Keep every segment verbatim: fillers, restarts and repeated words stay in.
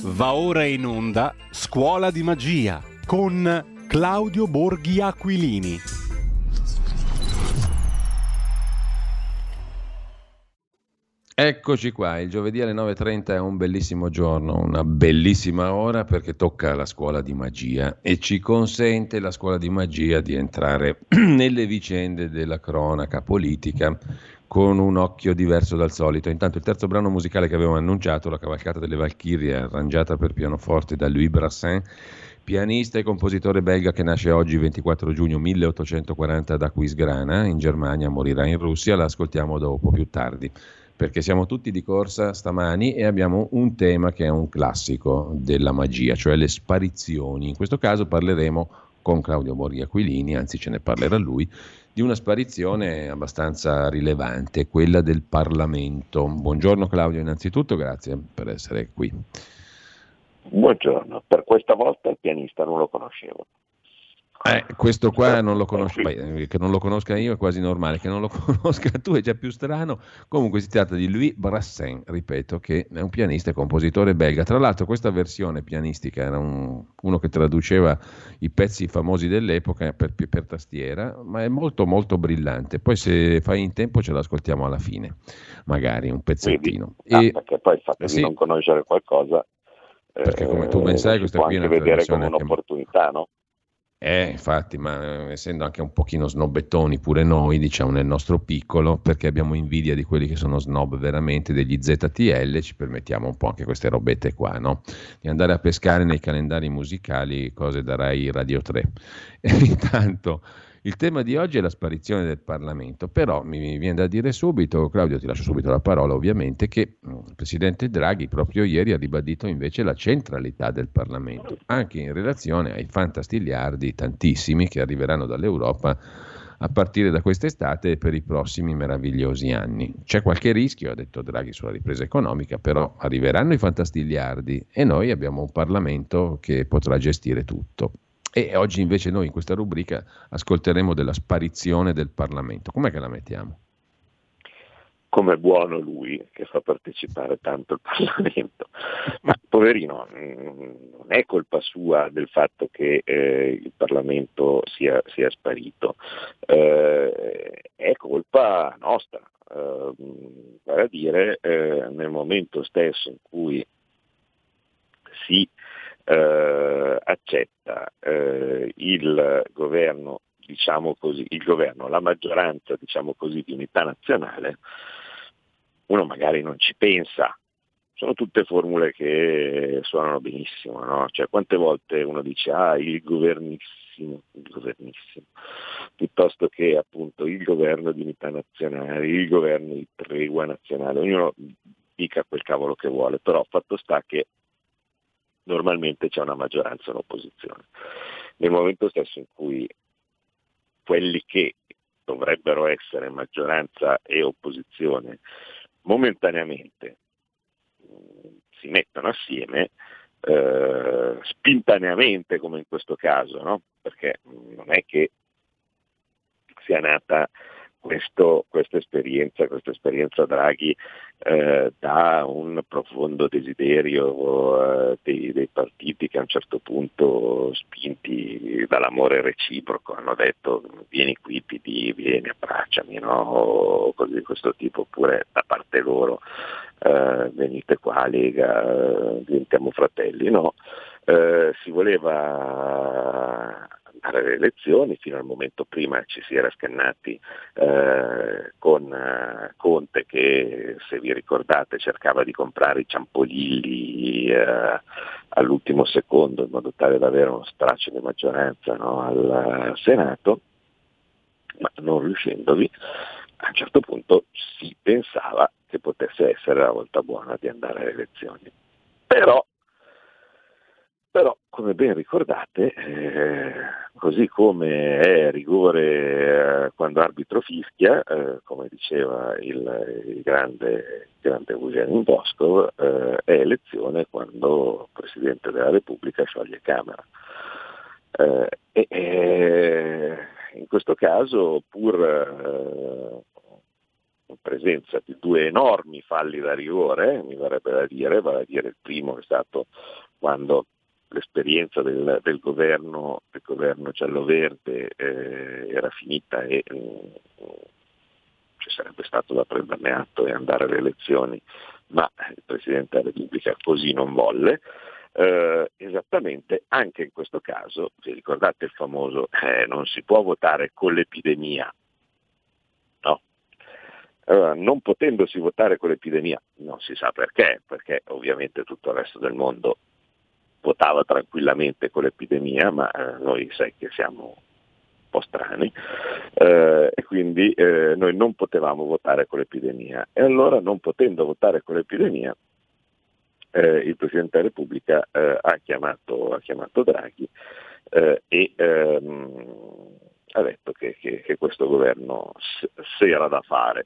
Va ora in onda Scuola di Magia con Claudio Borghi Aquilini. Eccoci qua, il giovedì alle nove e trenta è un bellissimo giorno, una bellissima ora perché tocca la scuola di magia e ci consente la scuola di magia di entrare nelle vicende della cronaca politica con un occhio diverso dal solito. Intanto il terzo brano musicale che avevo annunciato, La cavalcata delle Valchirie, arrangiata per pianoforte da Louis Brassens, pianista e compositore belga che nasce oggi ventiquattro giugno milleottocentoquaranta ad Aquisgrana, in Germania, morirà in Russia, la ascoltiamo dopo più tardi, perché siamo tutti di corsa stamani e abbiamo un tema che è un classico della magia, cioè le sparizioni. In questo caso parleremo con Claudio Borghi Aquilini, anzi ce ne parlerà lui, di una sparizione abbastanza rilevante, quella del Parlamento. Buongiorno Claudio, innanzitutto grazie per essere qui. Buongiorno, per questa volta il pianista non lo conoscevo. Eh, questo qua non lo conosco, beh, che non lo conosca io è quasi normale, che non lo conosca tu è già più strano. Comunque si tratta di Louis Brassens, ripeto, che è un pianista e compositore belga. Tra l'altro questa versione pianistica era un, uno che traduceva i pezzi famosi dell'epoca per, per tastiera, ma è molto molto brillante. Poi se fai in tempo ce l'ascoltiamo alla fine, magari un pezzettino. Vedi? E, ah, perché poi il fatto sì, di non conoscere qualcosa perché come tu ben eh, sai si questa può qui è anche una vedere come trasmissione un'opportunità, no? Eh, infatti, ma essendo anche un pochino snobbettoni pure noi, diciamo nel nostro piccolo, perché abbiamo invidia di quelli che sono snob veramente, degli Z T L, ci permettiamo un po' anche queste robette qua, no? Di andare a pescare nei calendari musicali cose da Rai Radio tre. E intanto il tema di oggi è la sparizione del Parlamento, però mi viene da dire subito, Claudio ti lascio subito la parola ovviamente, che il Presidente Draghi proprio ieri ha ribadito invece la centralità del Parlamento, anche in relazione ai fantastigliardi, tantissimi, che arriveranno dall'Europa a partire da quest'estate e per i prossimi meravigliosi anni. C'è qualche rischio, ha detto Draghi, sulla ripresa economica, però arriveranno i fantastigliardi e noi abbiamo un Parlamento che potrà gestire tutto. E oggi invece noi in questa rubrica ascolteremo della sparizione del Parlamento. Com'è che la mettiamo? Come buono lui che fa partecipare tanto il Parlamento. Ma poverino, non è colpa sua del fatto che eh, il Parlamento sia, sia sparito, eh, è colpa nostra. Eh, vale a dire, eh, nel momento stesso in cui si eh, accetta eh, il governo, diciamo così, il governo, la maggioranza, diciamo così, di unità nazionale, uno magari non ci pensa. Sono tutte formule che suonano benissimo, no? Cioè, quante volte uno dice ah il governissimo, il governissimo, piuttosto che appunto il governo di unità nazionale, il governo di tregua nazionale, ognuno dica quel cavolo che vuole, però fatto sta che normalmente c'è una maggioranza e un'opposizione. Nel momento stesso in cui quelli che dovrebbero essere maggioranza e opposizione momentaneamente mh, si mettono assieme, eh, spintaneamente come in questo caso, no? Perché mh, non è che sia nata questo, questa esperienza, questa esperienza Draghi eh, da un profondo desiderio eh, dei, dei partiti che a un certo punto, spinti dall'amore reciproco, hanno detto vieni qui P D, vieni, abbracciami, no? O cose di questo tipo, oppure da parte loro eh, venite qua Lega, eh, diventiamo fratelli, no? Eh, si voleva andare alle elezioni, fino al momento prima ci si era scannati eh, con eh, Conte che, se vi ricordate, cercava di comprare i ciampolilli eh, all'ultimo secondo in modo tale da avere uno straccio di maggioranza, no, al Senato, ma non riuscendovi, a un certo punto si pensava che potesse essere la volta buona di andare alle elezioni. Però Però, come ben ricordate, eh, così come è rigore eh, quando arbitro fischia, eh, come diceva il, il grande, grande Eugenio Bosco, eh, è elezione quando il Presidente della Repubblica scioglie Camera. Eh, e eh, in questo caso, pur eh, in presenza di due enormi falli da rigore, mi verrebbe da dire, vale a dire il primo è stato quando l'esperienza del, del governo, del governo giallo-verde eh, era finita e mh, ci sarebbe stato da prenderne atto e andare alle elezioni, ma il Presidente della Repubblica così non volle. Eh, esattamente anche in questo caso, vi ricordate il famoso eh, non si può votare con l'epidemia, no? Allora, non potendosi votare con l'epidemia, non si sa perché, perché ovviamente tutto il resto del mondo votava tranquillamente con l'epidemia, ma eh, noi sai che siamo un po' strani eh, e quindi eh, noi non potevamo votare con l'epidemia, e allora non potendo votare con l'epidemia eh, il Presidente della Repubblica eh, ha, chiamato, ha chiamato Draghi eh, e ehm, ha detto che, che, che questo governo s'era da fare.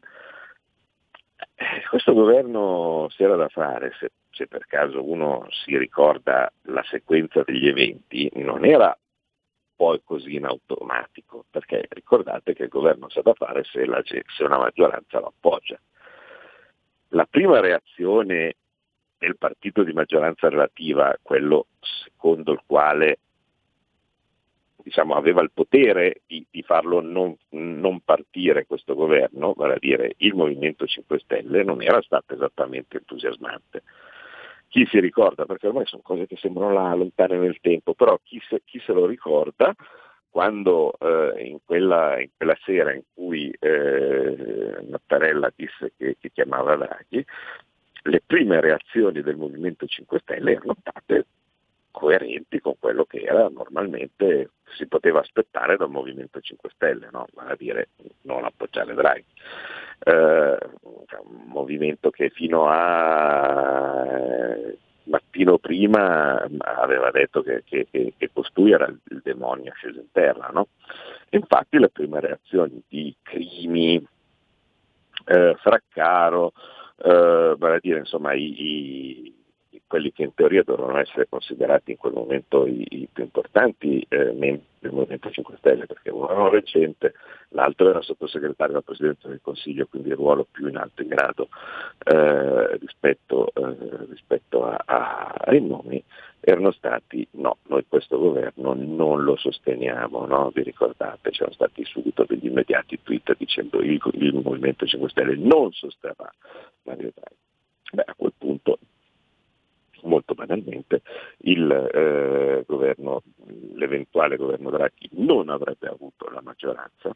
Questo governo si era da fare, se, se per caso uno si ricorda la sequenza degli eventi, non era poi così in automatico, perché ricordate che il governo si ha da fare se, la, se una maggioranza lo appoggia. La prima reazione del partito di maggioranza relativa, quello secondo il quale diciamo, aveva il potere di, di farlo non, non partire questo governo, vale a dire il Movimento cinque Stelle, non era stato esattamente entusiasmante. Chi si ricorda, perché ormai sono cose che sembrano là lontane nel tempo, però chi se, chi se lo ricorda, quando eh, in, quella, in quella sera in cui eh, Mattarella disse che, che chiamava Draghi, le prime reazioni del Movimento cinque Stelle erano state coerenti con quello che era normalmente si poteva aspettare dal Movimento cinque Stelle, no? Vale a dire non appoggiare Draghi. Eh, un movimento che fino a eh, mattino prima aveva detto che, che, che, che costui era il demonio sceso in terra, no? Infatti le prime reazioni di Crimi, eh, Fraccaro, eh, vale a dire insomma i, i quelli che in teoria dovevano essere considerati in quel momento i, i più importanti eh, membri del Movimento cinque Stelle, perché uno era un reggente, l'altro era sottosegretario alla Presidenza del Consiglio, quindi il ruolo più in alto in grado eh, rispetto, eh, rispetto a, a, ai nomi, erano stati no, noi questo governo non lo sosteniamo, no? Vi ricordate, c'erano stati subito degli immediati tweet dicendo il, il Movimento cinque Stelle non sosterrà Mario Draghi. Beh, a quel punto molto banalmente il eh, governo, l'eventuale governo Draghi non avrebbe avuto la maggioranza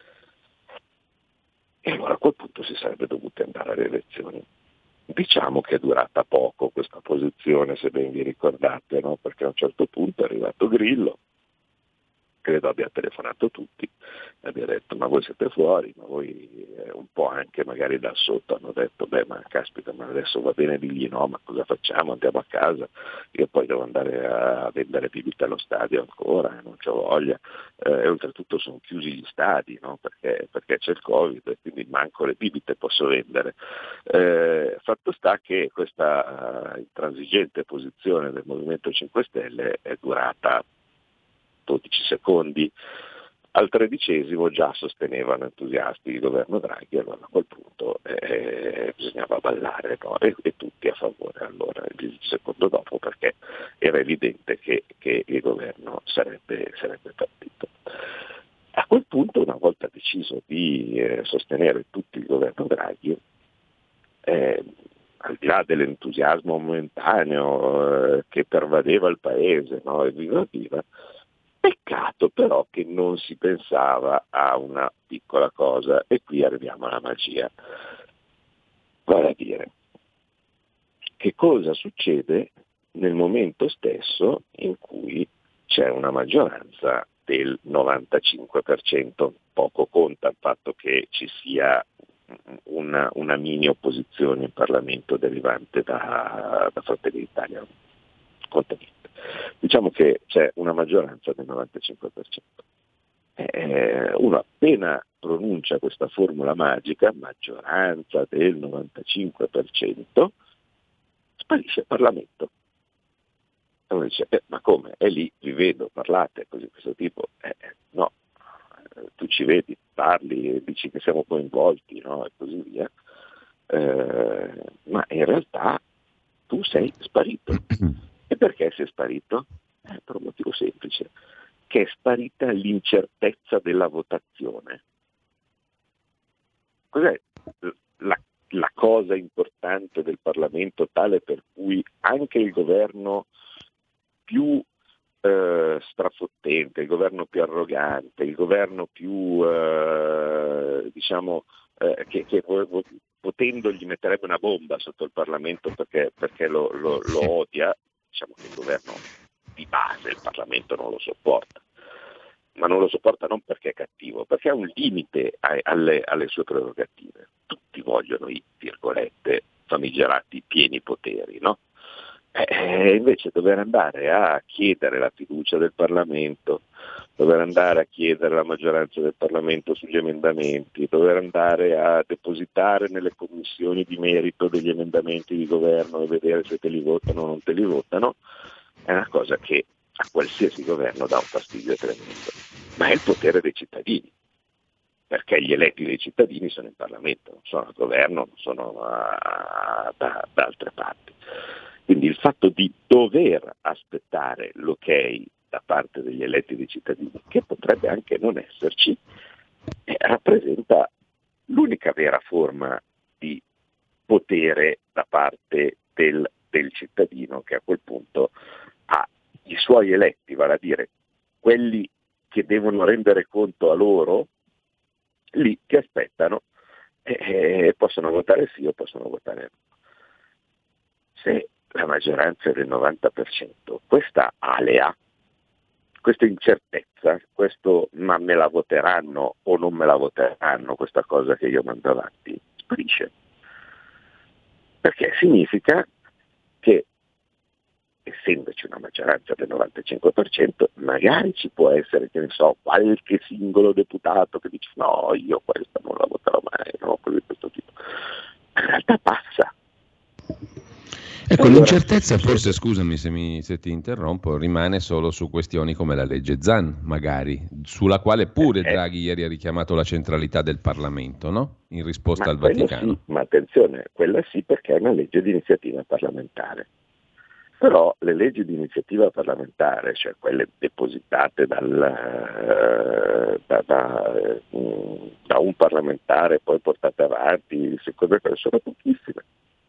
e allora a quel punto si sarebbe dovuti andare alle elezioni. Diciamo che è durata poco questa posizione, se ben vi ricordate, no? Perché a un certo punto è arrivato Grillo, credo abbia telefonato tutti, abbia detto ma voi siete fuori, ma voi eh, un po' anche magari da sotto hanno detto beh ma caspita ma adesso va bene digli no, ma cosa facciamo, andiamo a casa, io poi devo andare a vendere bibite allo stadio ancora, non c'ho voglia, eh, e oltretutto sono chiusi gli stadi, no? perché, perché c'è il Covid e quindi manco le bibite posso vendere. Eh, fatto sta che questa uh, intransigente posizione del Movimento cinque Stelle è durata dodici secondi, al tredicesimo già sostenevano entusiasti il governo Draghi, allora a quel punto eh, bisognava ballare, no? e, e tutti a favore allora il secondo dopo, perché era evidente che, che il governo sarebbe, sarebbe partito. A quel punto, una volta deciso di eh, sostenere tutti il governo Draghi, eh, al di là dell'entusiasmo momentaneo eh, che pervadeva il paese, no? e viva viva, peccato però che non si pensava a una piccola cosa, e qui arriviamo alla magia. Vale a dire, che cosa succede nel momento stesso in cui c'è una maggioranza del novantacinque per cento? Poco conta il fatto che ci sia una, una mini opposizione in Parlamento derivante da, da Fratelli d'Italia, conta niente. Diciamo che c'è una maggioranza del novantacinque per cento. Eh, uno appena pronuncia questa formula magica, maggioranza del novantacinque per cento, sparisce il Parlamento. E uno dice, eh, ma come? È lì, vi vedo, parlate così questo tipo. Eh, no, tu ci vedi, parli, dici che siamo coinvolti, no? E così via, eh, ma in realtà tu sei sparito. E perché sei sparito? Eh, per un motivo semplice, che è sparita l'incertezza della votazione. Cos'è la, la cosa importante del Parlamento tale per cui anche il governo più eh, strafottente, il governo più arrogante, il governo più eh, diciamo eh, che, che potendo gli metterebbe una bomba sotto il Parlamento perché, perché lo, lo, lo odia, diciamo che il governo di base, il Parlamento non lo sopporta, ma non lo sopporta non perché è cattivo, perché ha un limite a, alle, alle sue prerogative. Tutti vogliono i, virgolette, famigerati pieni poteri, no? E invece dover andare a chiedere la fiducia del Parlamento, dover andare a chiedere la maggioranza del Parlamento sugli emendamenti, dover andare a depositare nelle commissioni di merito degli emendamenti di governo e vedere se te li votano o non te li votano, è una cosa che a qualsiasi governo dà un fastidio tremendo, ma è il potere dei cittadini, perché gli eletti dei cittadini sono in Parlamento, non sono al governo, non sono a, da, da altre parti. Quindi il fatto di dover aspettare l'ok da parte degli eletti dei cittadini, che potrebbe anche non esserci, eh, rappresenta l'unica vera forma di potere da parte del, del cittadino, che a quel punto ha i suoi eletti, vale a dire quelli che devono rendere conto a loro, lì che aspettano e eh, possono votare sì o possono votare no. Se la maggioranza è del novanta per cento, questa alea, questa incertezza, questo ma me la voteranno o non me la voteranno, questa cosa che io mando avanti, sparisce. Perché significa che, essendoci una maggioranza del novantacinque per cento, magari ci può essere, che ne so, qualche singolo deputato che dice no, io questa non la voterò mai, no, cose di questo tipo. In realtà passa. Ecco, allora, l'incertezza forse, scusami se, mi, se ti interrompo, rimane solo su questioni come la legge Zan, magari, sulla quale pure eh, Draghi ieri ha richiamato la centralità del Parlamento, no? In risposta ma al Vaticano. Sì, ma attenzione, quella sì perché è una legge di iniziativa parlamentare. Però le leggi di iniziativa parlamentare, cioè quelle depositate dal, da, da, da un parlamentare poi portate avanti, secondo me sono pochissime.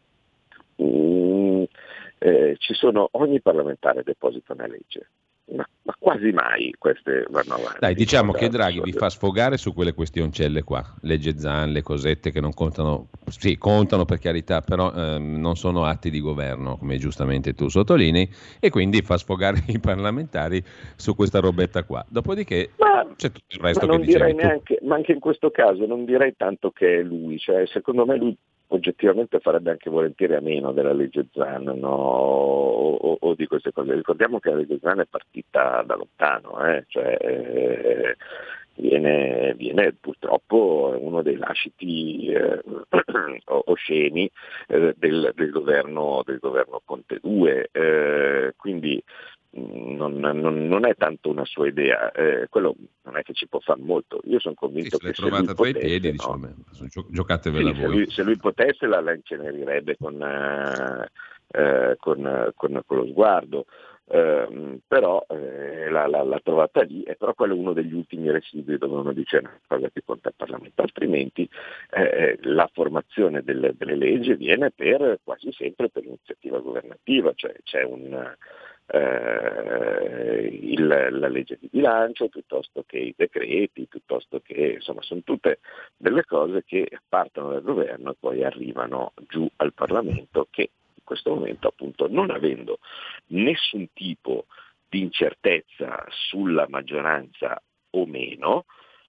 Mm, eh, ci sono, ogni parlamentare deposita una legge, ma, ma quasi mai queste vanno avanti. Dai, diciamo che Draghi vi fa sfogare su quelle questioncelle qua, legge Zan, le cosette che non contano, sì, contano per carità, però ehm, non sono atti di governo, come giustamente tu sottolinei, e quindi fa sfogare i parlamentari su questa robetta qua. Dopodiché ma, c'è tutto il resto ma che non direi dicevi neanche, ma anche in questo caso non direi tanto che è lui, cioè secondo me lui oggettivamente farebbe anche volentieri a meno della legge Zan, no? o, o, o di queste cose. Ricordiamo che la legge Zan è partita da lontano, eh? cioè, eh, viene, viene purtroppo uno dei lasciti eh, osceni eh, del, del, governo, del governo Conte due, eh, quindi Non, non, non è tanto una sua idea, eh, quello non è che ci può fare molto. Io sono convinto sì, che se se lui trovata tra potesse, i piedi, no? diciamo, giocatevela sì, voi. Se lui, se lui potesse la, la incenerirebbe con, eh, eh, con, con, con lo sguardo, eh, però eh, la, la, la trovata lì, è però quello uno degli ultimi residui dove uno dice una cosa che conta il Parlamento, altrimenti eh, la formazione delle, delle leggi viene per quasi sempre per iniziativa governativa, cioè c'è un Eh, il, la legge di bilancio piuttosto che i decreti, piuttosto che insomma sono tutte delle cose che partono dal governo e poi arrivano giù al Parlamento, che in questo momento appunto non avendo nessun tipo di incertezza sulla maggioranza o meno,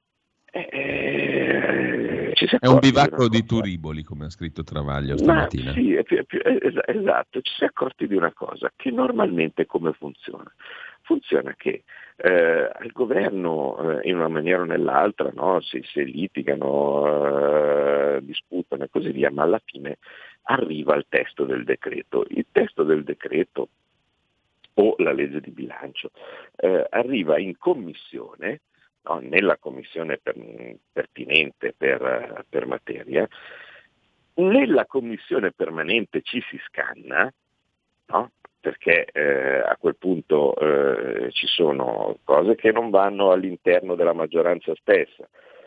eh, ci si è un accorge bivacco di, di turiboli, come ha scritto Travaglio Ma stamattina. sì, è più, è più, es- esatto, ci si è accorti di una cosa, che normalmente come funziona? Funziona che eh, al governo eh, in una maniera o nell'altra, no, si, si litigano, eh, disputano e così via, ma alla fine arriva il testo del decreto. Il testo del decreto o la legge di bilancio eh, arriva in commissione no, nella commissione per, pertinente per, per materia, nella commissione permanente ci si scanna, no? Perché eh, a quel punto eh, ci sono cose che non vanno all'interno della maggioranza stessa.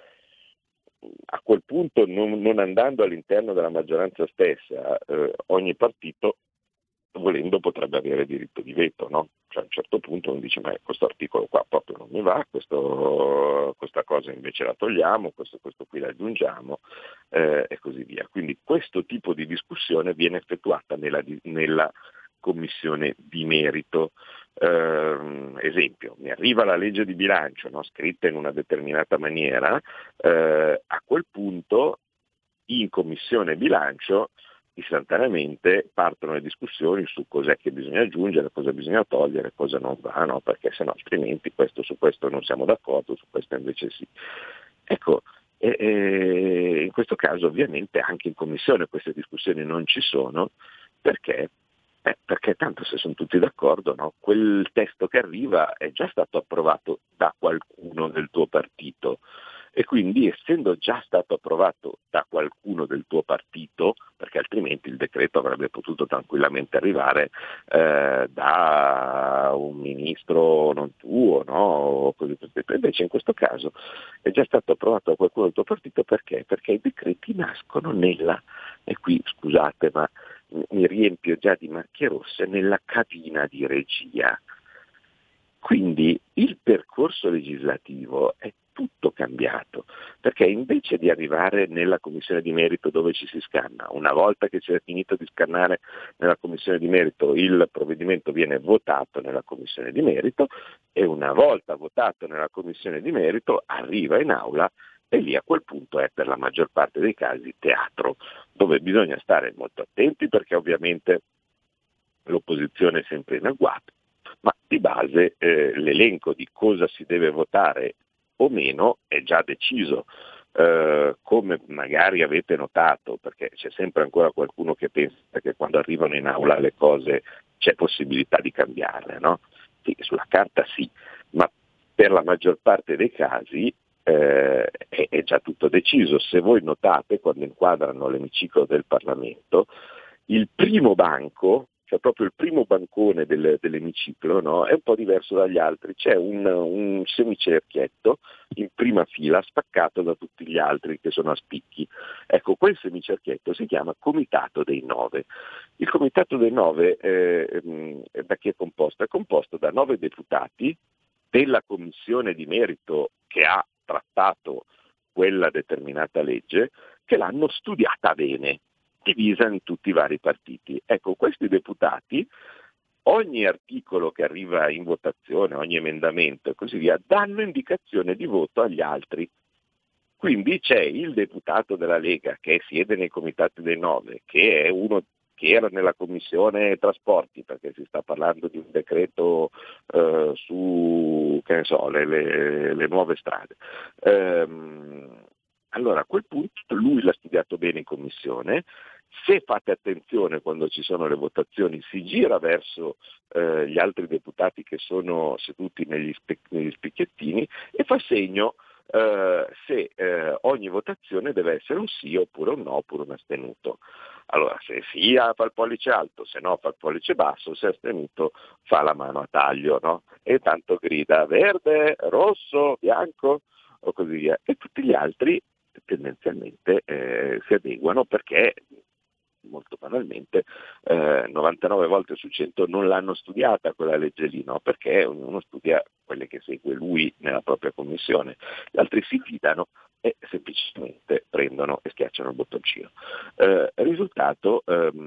A quel punto, non, non andando all'interno della maggioranza stessa, eh, ogni partito, volendo, potrebbe avere diritto di veto, no? Cioè a un certo punto uno dice, ma questo articolo qua proprio non mi va, questo, questa cosa invece la togliamo, questo, questo qui la aggiungiamo, eh, e così via. Quindi questo tipo di discussione viene effettuata nella, nella commissione di merito. Eh, esempio, mi arriva la legge di bilancio, no, scritta in una determinata maniera, eh, a quel punto in commissione bilancio istantaneamente partono le discussioni su cos'è che bisogna aggiungere, cosa bisogna togliere, cosa non va, no? Perché sennò altrimenti questo, su questo non siamo d'accordo, su questo invece sì. Ecco, e, e in questo caso ovviamente anche in commissione queste discussioni non ci sono, perché Eh, perché tanto se sono tutti d'accordo, no? Quel testo che arriva è già stato approvato da qualcuno del tuo partito e quindi essendo già stato approvato da qualcuno del tuo partito, perché altrimenti il decreto avrebbe potuto tranquillamente arrivare eh, da un ministro non tuo, no? Così, invece in questo caso è già stato approvato da qualcuno del tuo partito, perché? Perché i decreti nascono nella, e qui scusate ma mi riempio già di macchie rosse, nella cabina di regia. Quindi il percorso legislativo è tutto cambiato, perché invece di arrivare nella commissione di merito dove ci si scanna, una volta che si è finito di scannare nella commissione di merito, il provvedimento viene votato nella commissione di merito e una volta votato nella commissione di merito arriva in aula e lì a quel punto è per la maggior parte dei casi teatro, dove bisogna stare molto attenti perché ovviamente l'opposizione è sempre in agguato, ma di base eh, l'elenco di cosa si deve votare o meno è già deciso. Eh, come magari avete notato, perché c'è sempre ancora qualcuno che pensa che quando arrivano in aula le cose c'è possibilità di cambiarle, no? Sì, sulla carta sì, ma per la maggior parte dei casi Eh, è, è già tutto deciso. Se voi notate, quando inquadrano l'emiciclo del Parlamento, il primo banco, cioè proprio il primo bancone del, dell'emiciclo, no, è un po' diverso dagli altri, c'è un, un semicerchietto in prima fila staccato da tutti gli altri che sono a spicchi. Ecco, quel semicerchietto si chiama Comitato dei Nove. Il Comitato dei Nove eh, da chi è composto? È composto da nove deputati della commissione di merito che ha trattato quella determinata legge, che l'hanno studiata bene, divisa in tutti i vari partiti. Ecco, questi deputati, ogni articolo che arriva in votazione, ogni emendamento e così via, danno indicazione di voto agli altri. Quindi c'è il deputato della Lega che siede nei comitati dei nove, che è uno che era nella commissione trasporti, perché si sta parlando di un decreto eh, su, che ne so, le, le, le nuove strade. Ehm, allora a quel punto lui l'ha studiato bene in commissione, se fate attenzione quando ci sono le votazioni si gira verso eh, gli altri deputati che sono seduti negli, spe- negli spicchiettini e fa segno Uh, se uh, ogni votazione deve essere un sì oppure un no oppure un astenuto. Allora se sì fa il pollice alto, se no fa il pollice basso, se è astenuto fa la mano a taglio, no? E tanto grida verde, rosso, bianco o così via. E tutti gli altri tendenzialmente eh, si adeguano perché molto banalmente eh, novantanove volte su cento non l'hanno studiata quella legge lì, no? Perché ognuno studia quelle che segue lui nella propria commissione, gli altri si fidano e semplicemente prendono e schiacciano il bottoncino. Eh, risultato,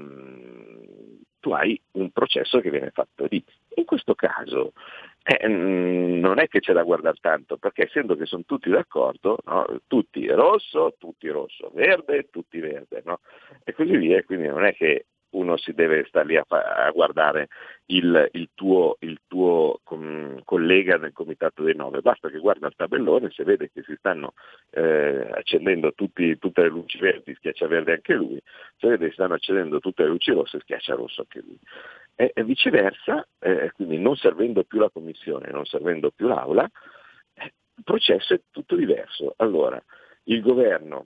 ehm, tu hai un processo che viene fatto lì. In questo caso eh, non è che c'è da guardare tanto, perché essendo che sono tutti d'accordo, no? Tutti rosso, tutti rosso, verde, tutti verde, no? E così via, quindi non è che uno si deve stare lì a, fa- a guardare il, il tuo, il tuo com- collega nel comitato dei nove, basta che guarda il tabellone, se vede che si stanno eh, accendendo tutti, tutte le luci verdi, schiaccia verde anche lui, se vede che si stanno accendendo tutte le luci rosse, schiaccia rosso anche lui. E, e viceversa, eh, quindi non servendo più la commissione, non servendo più l'aula, Il processo è tutto diverso. Allora, il governo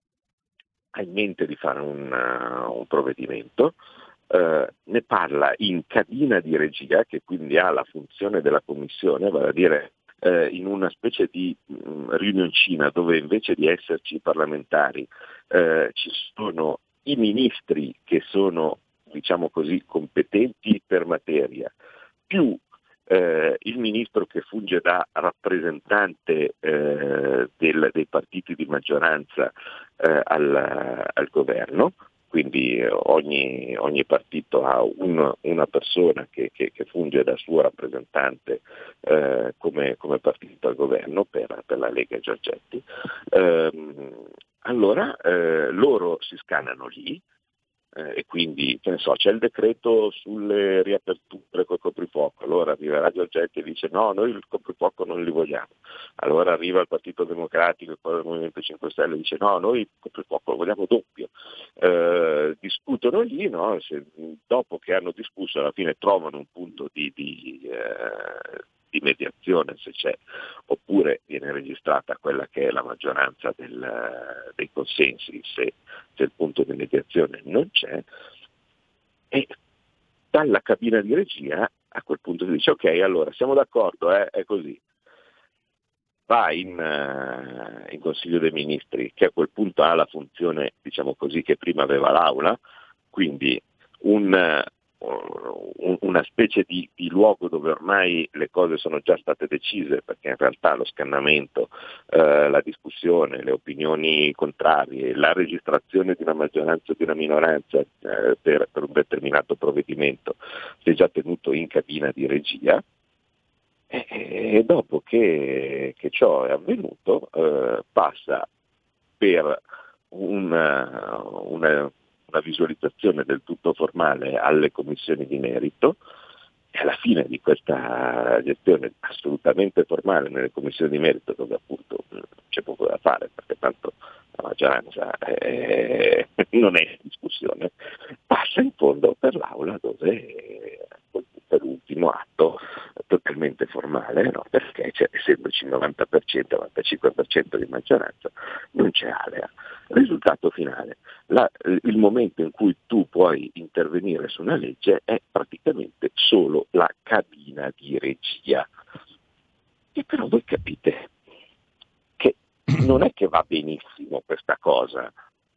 ha in mente di fare un, uh, un provvedimento, uh, ne parla in cabina di regia, che quindi ha la funzione della commissione, vale a dire uh, in una specie di um, riunioncina dove invece di esserci parlamentari uh, ci sono i ministri che sono, diciamo così, competenti per materia, più Eh, il ministro che funge da rappresentante eh, del, dei partiti di maggioranza eh, al, al governo, quindi eh, ogni, ogni partito ha un, una persona che, che, che funge da suo rappresentante eh, come, come partito al governo per, per la Lega Giorgetti. Eh, allora eh, loro si scannano lì. Eh, e quindi, che ne so, c'è il decreto sulle riaperture col coprifuoco, allora arriverà Giorgetti e dice no, noi il coprifuoco non li vogliamo, allora arriva il Partito Democratico e poi il Movimento cinque Stelle e dice no, noi il coprifuoco lo vogliamo doppio, eh, discutono lì, no? Se, dopo che hanno discusso alla fine trovano un punto di, di eh, di mediazione se c'è, oppure viene registrata quella che è la maggioranza del, dei consensi se, se il punto di mediazione non c'è, e dalla cabina di regia a quel punto si dice ok, allora siamo d'accordo, eh, è così, va in, uh, in Consiglio dei Ministri, che a quel punto ha la funzione, diciamo così, che prima aveva l'Aula, quindi un uh, una specie di, di luogo dove ormai le cose sono già state decise, perché in realtà lo scannamento, eh, la discussione, le opinioni contrarie, la registrazione di una maggioranza o di una minoranza eh, per, per un determinato provvedimento si è già tenuto in cabina di regia, e, e dopo che, che ciò è avvenuto eh, passa per una, una una visualizzazione del tutto formale alle commissioni di merito, e alla fine di questa gestione assolutamente formale nelle commissioni di merito, dove appunto c'è poco da fare perché tanto la maggioranza è, non è in discussione, passa in fondo per l'Aula, dove per l'ultimo atto totalmente formale, no? Perché c'è, essendoci il novanta per cento, novantacinque per cento di maggioranza, non c'è alea. Risultato finale, la, il momento in cui tu puoi intervenire su una legge è praticamente solo la cabina di regia. E però voi capite che non è che va benissimo questa cosa,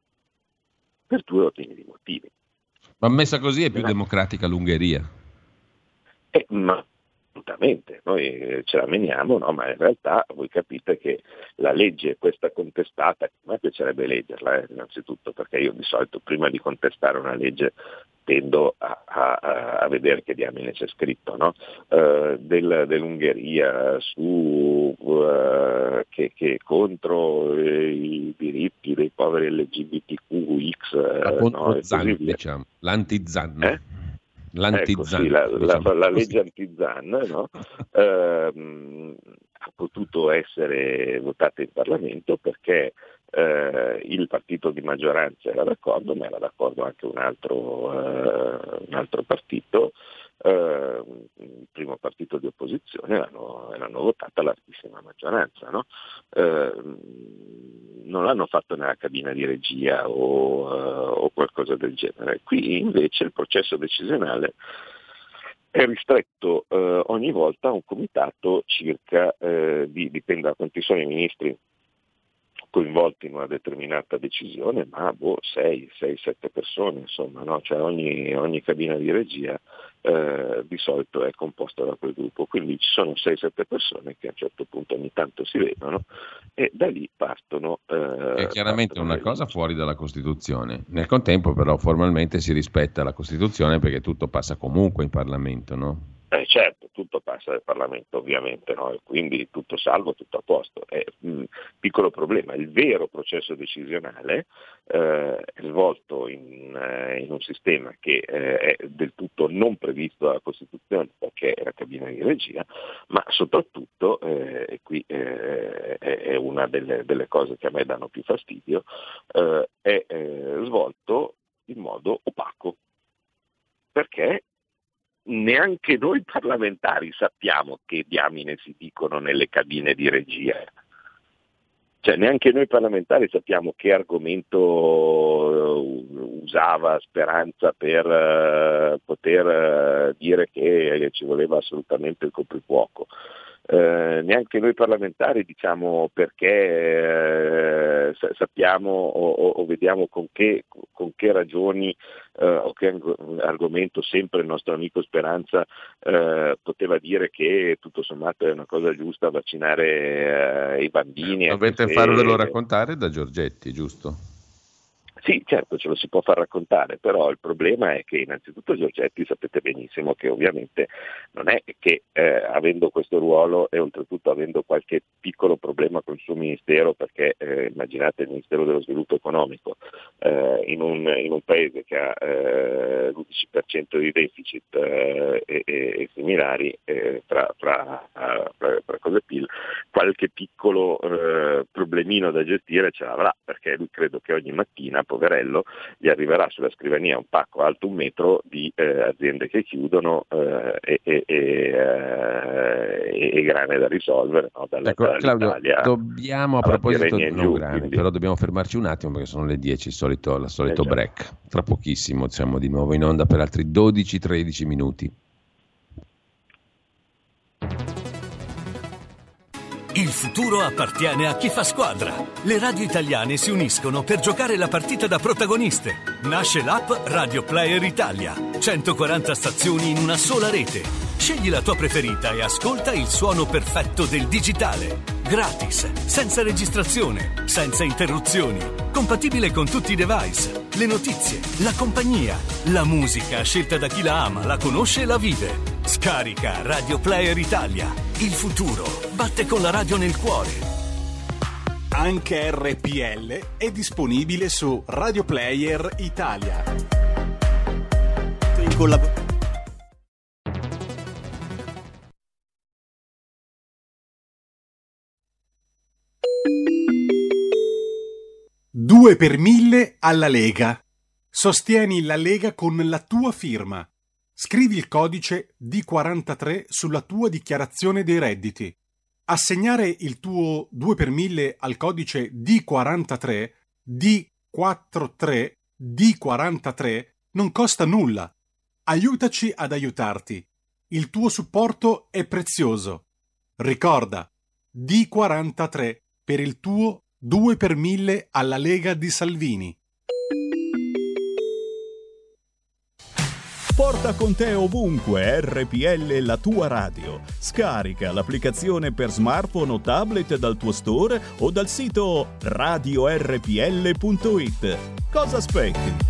per due ordini di motivi. Ma messa così è più democratica l'Ungheria. Eh, ma assolutamente, noi ce la meniamo, no? Ma in realtà voi capite che la legge questa contestata, a me piacerebbe leggerla eh, innanzitutto, perché io di solito prima di contestare una legge tendo a, a, a vedere che diamine c'è scritto, no? uh, del, dell'Ungheria su uh, che, che contro eh, i diritti dei poveri L G B T Q X, la uh, no? E Zan, così via. diciamo, l'anti-Zan. Eh? Ecco, sì, la, diciamo. la, la legge anti-Zan, no? eh, ha potuto essere votata in Parlamento perché eh, il partito di maggioranza era d'accordo, ma era d'accordo anche un altro, eh, un altro partito, eh, il primo partito di opposizione, erano, erano votata a larghissima maggioranza, no? Eh, non l'hanno fatto nella cabina di regia o, uh, o qualcosa del genere. Qui invece il processo decisionale è ristretto uh, ogni volta a un comitato circa, uh, di, dipende da quanti sono i ministri coinvolti in una determinata decisione, ma boh, sei, sei, sette persone, insomma, no? Cioè ogni, ogni cabina di regia eh, di solito è composta da quel gruppo, quindi ci sono sei sette persone che a un certo punto ogni tanto si vedono e da lì partono. Eh, è chiaramente partono una le cosa leggi. fuori dalla Costituzione. Nel contempo, però, formalmente si rispetta la Costituzione perché tutto passa comunque in Parlamento, no? Eh, certo, tutto passa dal Parlamento ovviamente, no? E quindi tutto salvo, tutto a posto. Eh, mh, piccolo problema, il vero processo decisionale eh, è svolto in, eh, in un sistema che eh, è del tutto non previsto dalla Costituzione perché è la cabina di regia, ma soprattutto, eh, e qui eh, è una delle, delle cose che a me danno più fastidio, eh, è eh, svolto in modo opaco. Perché? neanche noi parlamentari sappiamo che diamine si dicono nelle cabine di regia. Cioè neanche noi parlamentari sappiamo che argomento usava Speranza per uh, poter uh, dire che ci voleva assolutamente il coprifuoco. Eh, neanche noi parlamentari diciamo perché eh, sappiamo o, o vediamo con che, con che ragioni eh, o che argomento sempre il nostro amico Speranza eh, poteva dire che tutto sommato è una cosa giusta vaccinare eh, i bambini. Dovete se... farvelo raccontare da Giorgetti, giusto? Sì, certo, ce lo si può far raccontare, però il problema è che innanzitutto Giorgetti sapete benissimo che ovviamente non è che eh, avendo questo ruolo e oltretutto avendo qualche piccolo problema col suo ministero, perché eh, immaginate il Ministero dello Sviluppo Economico eh, in, un, in un paese che ha eh, l'undici per cento di deficit eh, e, e similari eh, tra, tra, tra, tra cose P I L, qualche piccolo eh, problemino da gestire ce l'avrà, perché lui credo che ogni mattina poverello, gli arriverà sulla scrivania un pacco alto un metro di eh, aziende che chiudono eh, e, e, e, eh, e grane da risolvere. No? Dalla, ecco, Claudio, dobbiamo a proposito di no, grane, quindi... però dobbiamo fermarci un attimo perché sono le dieci, il solito, il solito eh, break. Certo. Tra pochissimo siamo di nuovo in onda per altri dodici tredici minuti. Il futuro appartiene a chi fa squadra. Le radio italiane si uniscono per giocare la partita da protagoniste. Nasce l'app Radio Player Italia. centoquaranta stazioni in una sola rete. Scegli la tua preferita e ascolta il suono perfetto del digitale. Gratis, senza registrazione, senza interruzioni. Compatibile con tutti i device. Le notizie, la compagnia, la musica scelta da chi la ama, la conosce e la vive. Scarica Radio Player Italia. Il futuro batte con la radio nel cuore. Anche R P L è disponibile su Radio Player Italia. In collab- due per mille alla Lega. Sostieni la Lega con la tua firma. Scrivi il codice D quarantatré sulla tua dichiarazione dei redditi. Assegnare il tuo due per mille al codice D quarantatré, D quarantatré, D quarantatré non costa nulla. Aiutaci ad aiutarti. Il tuo supporto è prezioso. Ricorda, D quarantatré per il tuo due per mille alla Lega di Salvini. Porta con te ovunque R P L, la tua radio. Scarica l'applicazione per smartphone o tablet dal tuo store o dal sito radio erre pi elle punto it. Cosa aspetti?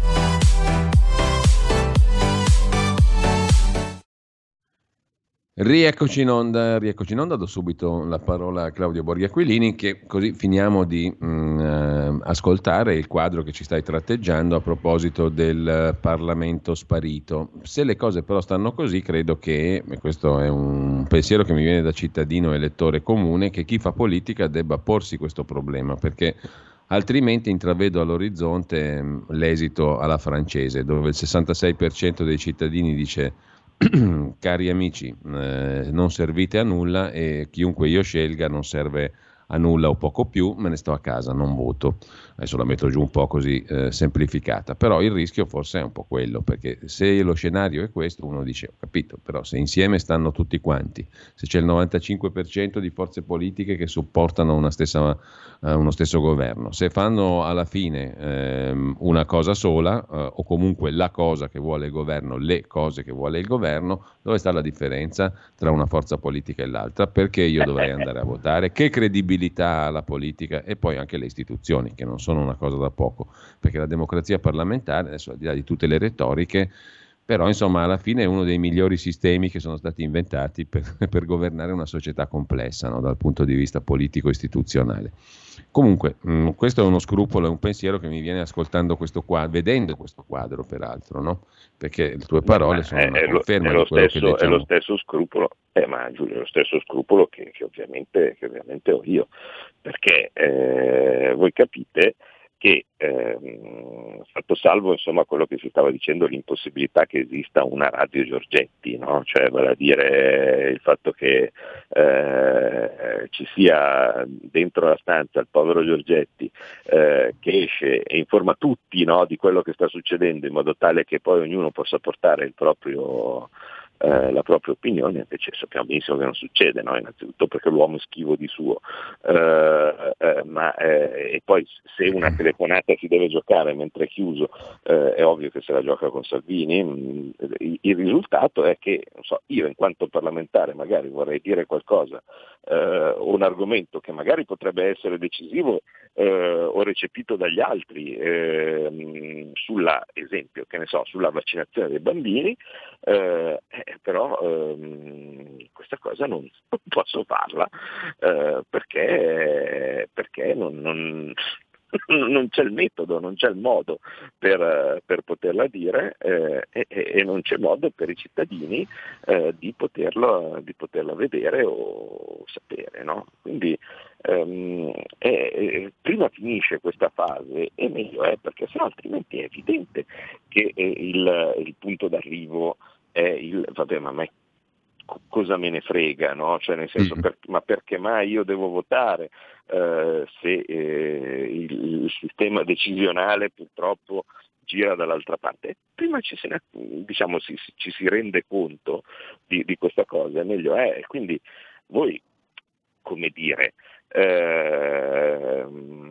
Rieccoci in onda, rieccoci in onda, do subito la parola a Claudio Borghi Aquilini, che così finiamo di mh, ascoltare il quadro che ci stai tratteggiando a proposito del Parlamento sparito. Se le cose però stanno così, credo che, e questo è un pensiero che mi viene da cittadino elettore comune, che chi fa politica debba porsi questo problema, perché altrimenti intravedo all'orizzonte mh, l'esito alla francese, dove il sessantasei per cento dei cittadini dice: cari amici, eh, non servite a nulla e chiunque io scelga non serve a nulla o poco più, me ne sto a casa, non voto. Adesso la metto giù un po' così eh, semplificata, però il rischio forse è un po' quello, perché se lo scenario è questo, uno dice: ho capito, però se insieme stanno tutti quanti, se c'è il novantacinque per cento di forze politiche che supportano una stessa, eh, uno stesso governo, se fanno alla fine ehm, una cosa sola, eh, o comunque la cosa che vuole il governo, le cose che vuole il governo, dove sta la differenza tra una forza politica e l'altra? Perché io dovrei andare a votare? Che credibilità ha la politica? E poi anche le istituzioni, che non sono una cosa da poco, perché la democrazia parlamentare, adesso al di là di tutte le retoriche, però insomma alla fine è uno dei migliori sistemi che sono stati inventati per, per governare una società complessa, no? Dal punto di vista politico-istituzionale. Comunque mh, questo è uno scrupolo, è un pensiero che mi viene ascoltando questo quadro, vedendo questo quadro peraltro, no? Perché le tue parole ma sono è, una conferma è lo, è lo di quello stesso, che diciamo. È lo stesso scrupolo, eh, ma Giulio, è lo stesso scrupolo che, che, ovviamente, che ovviamente ho io, perché eh, voi capite che ehm, fatto salvo insomma quello che si stava dicendo, l'impossibilità che esista una radio Giorgetti, no? Cioè vale a dire il fatto che eh, ci sia dentro la stanza il povero Giorgetti eh, che esce e informa tutti, no, di quello che sta succedendo, in modo tale che poi ognuno possa portare il proprio Eh, la propria opinione. Invece sappiamo benissimo che non succede, no? Innanzitutto perché l'uomo è schivo di suo, eh, eh, ma eh, e poi se una telefonata si deve giocare mentre è chiuso, eh, è ovvio che se la gioca con Salvini. Mh, il, il risultato è che non so, io in quanto parlamentare magari vorrei dire qualcosa, eh, un argomento che magari potrebbe essere decisivo eh, o recepito dagli altri, eh, sulla esempio che ne so sulla vaccinazione dei bambini, eh, però ehm, questa cosa non, non posso farla eh, perché, perché non, non, non c'è il metodo, non c'è il modo per, per poterla dire eh, e, e non c'è modo per i cittadini eh, di, poterlo, di poterla vedere o sapere, no? Quindi ehm, è, è, prima finisce questa fase e meglio è, perché sennò altrimenti è evidente che il, il punto d'arrivo è il vabbè, ma a me cosa me ne frega, no? Cioè nel senso, per, ma perché mai io devo votare eh, se eh, il, il sistema decisionale purtroppo gira dall'altra parte? Prima ci, se ne, diciamo, si, ci si rende conto di, di questa cosa, meglio è. Quindi voi, come dire, eh,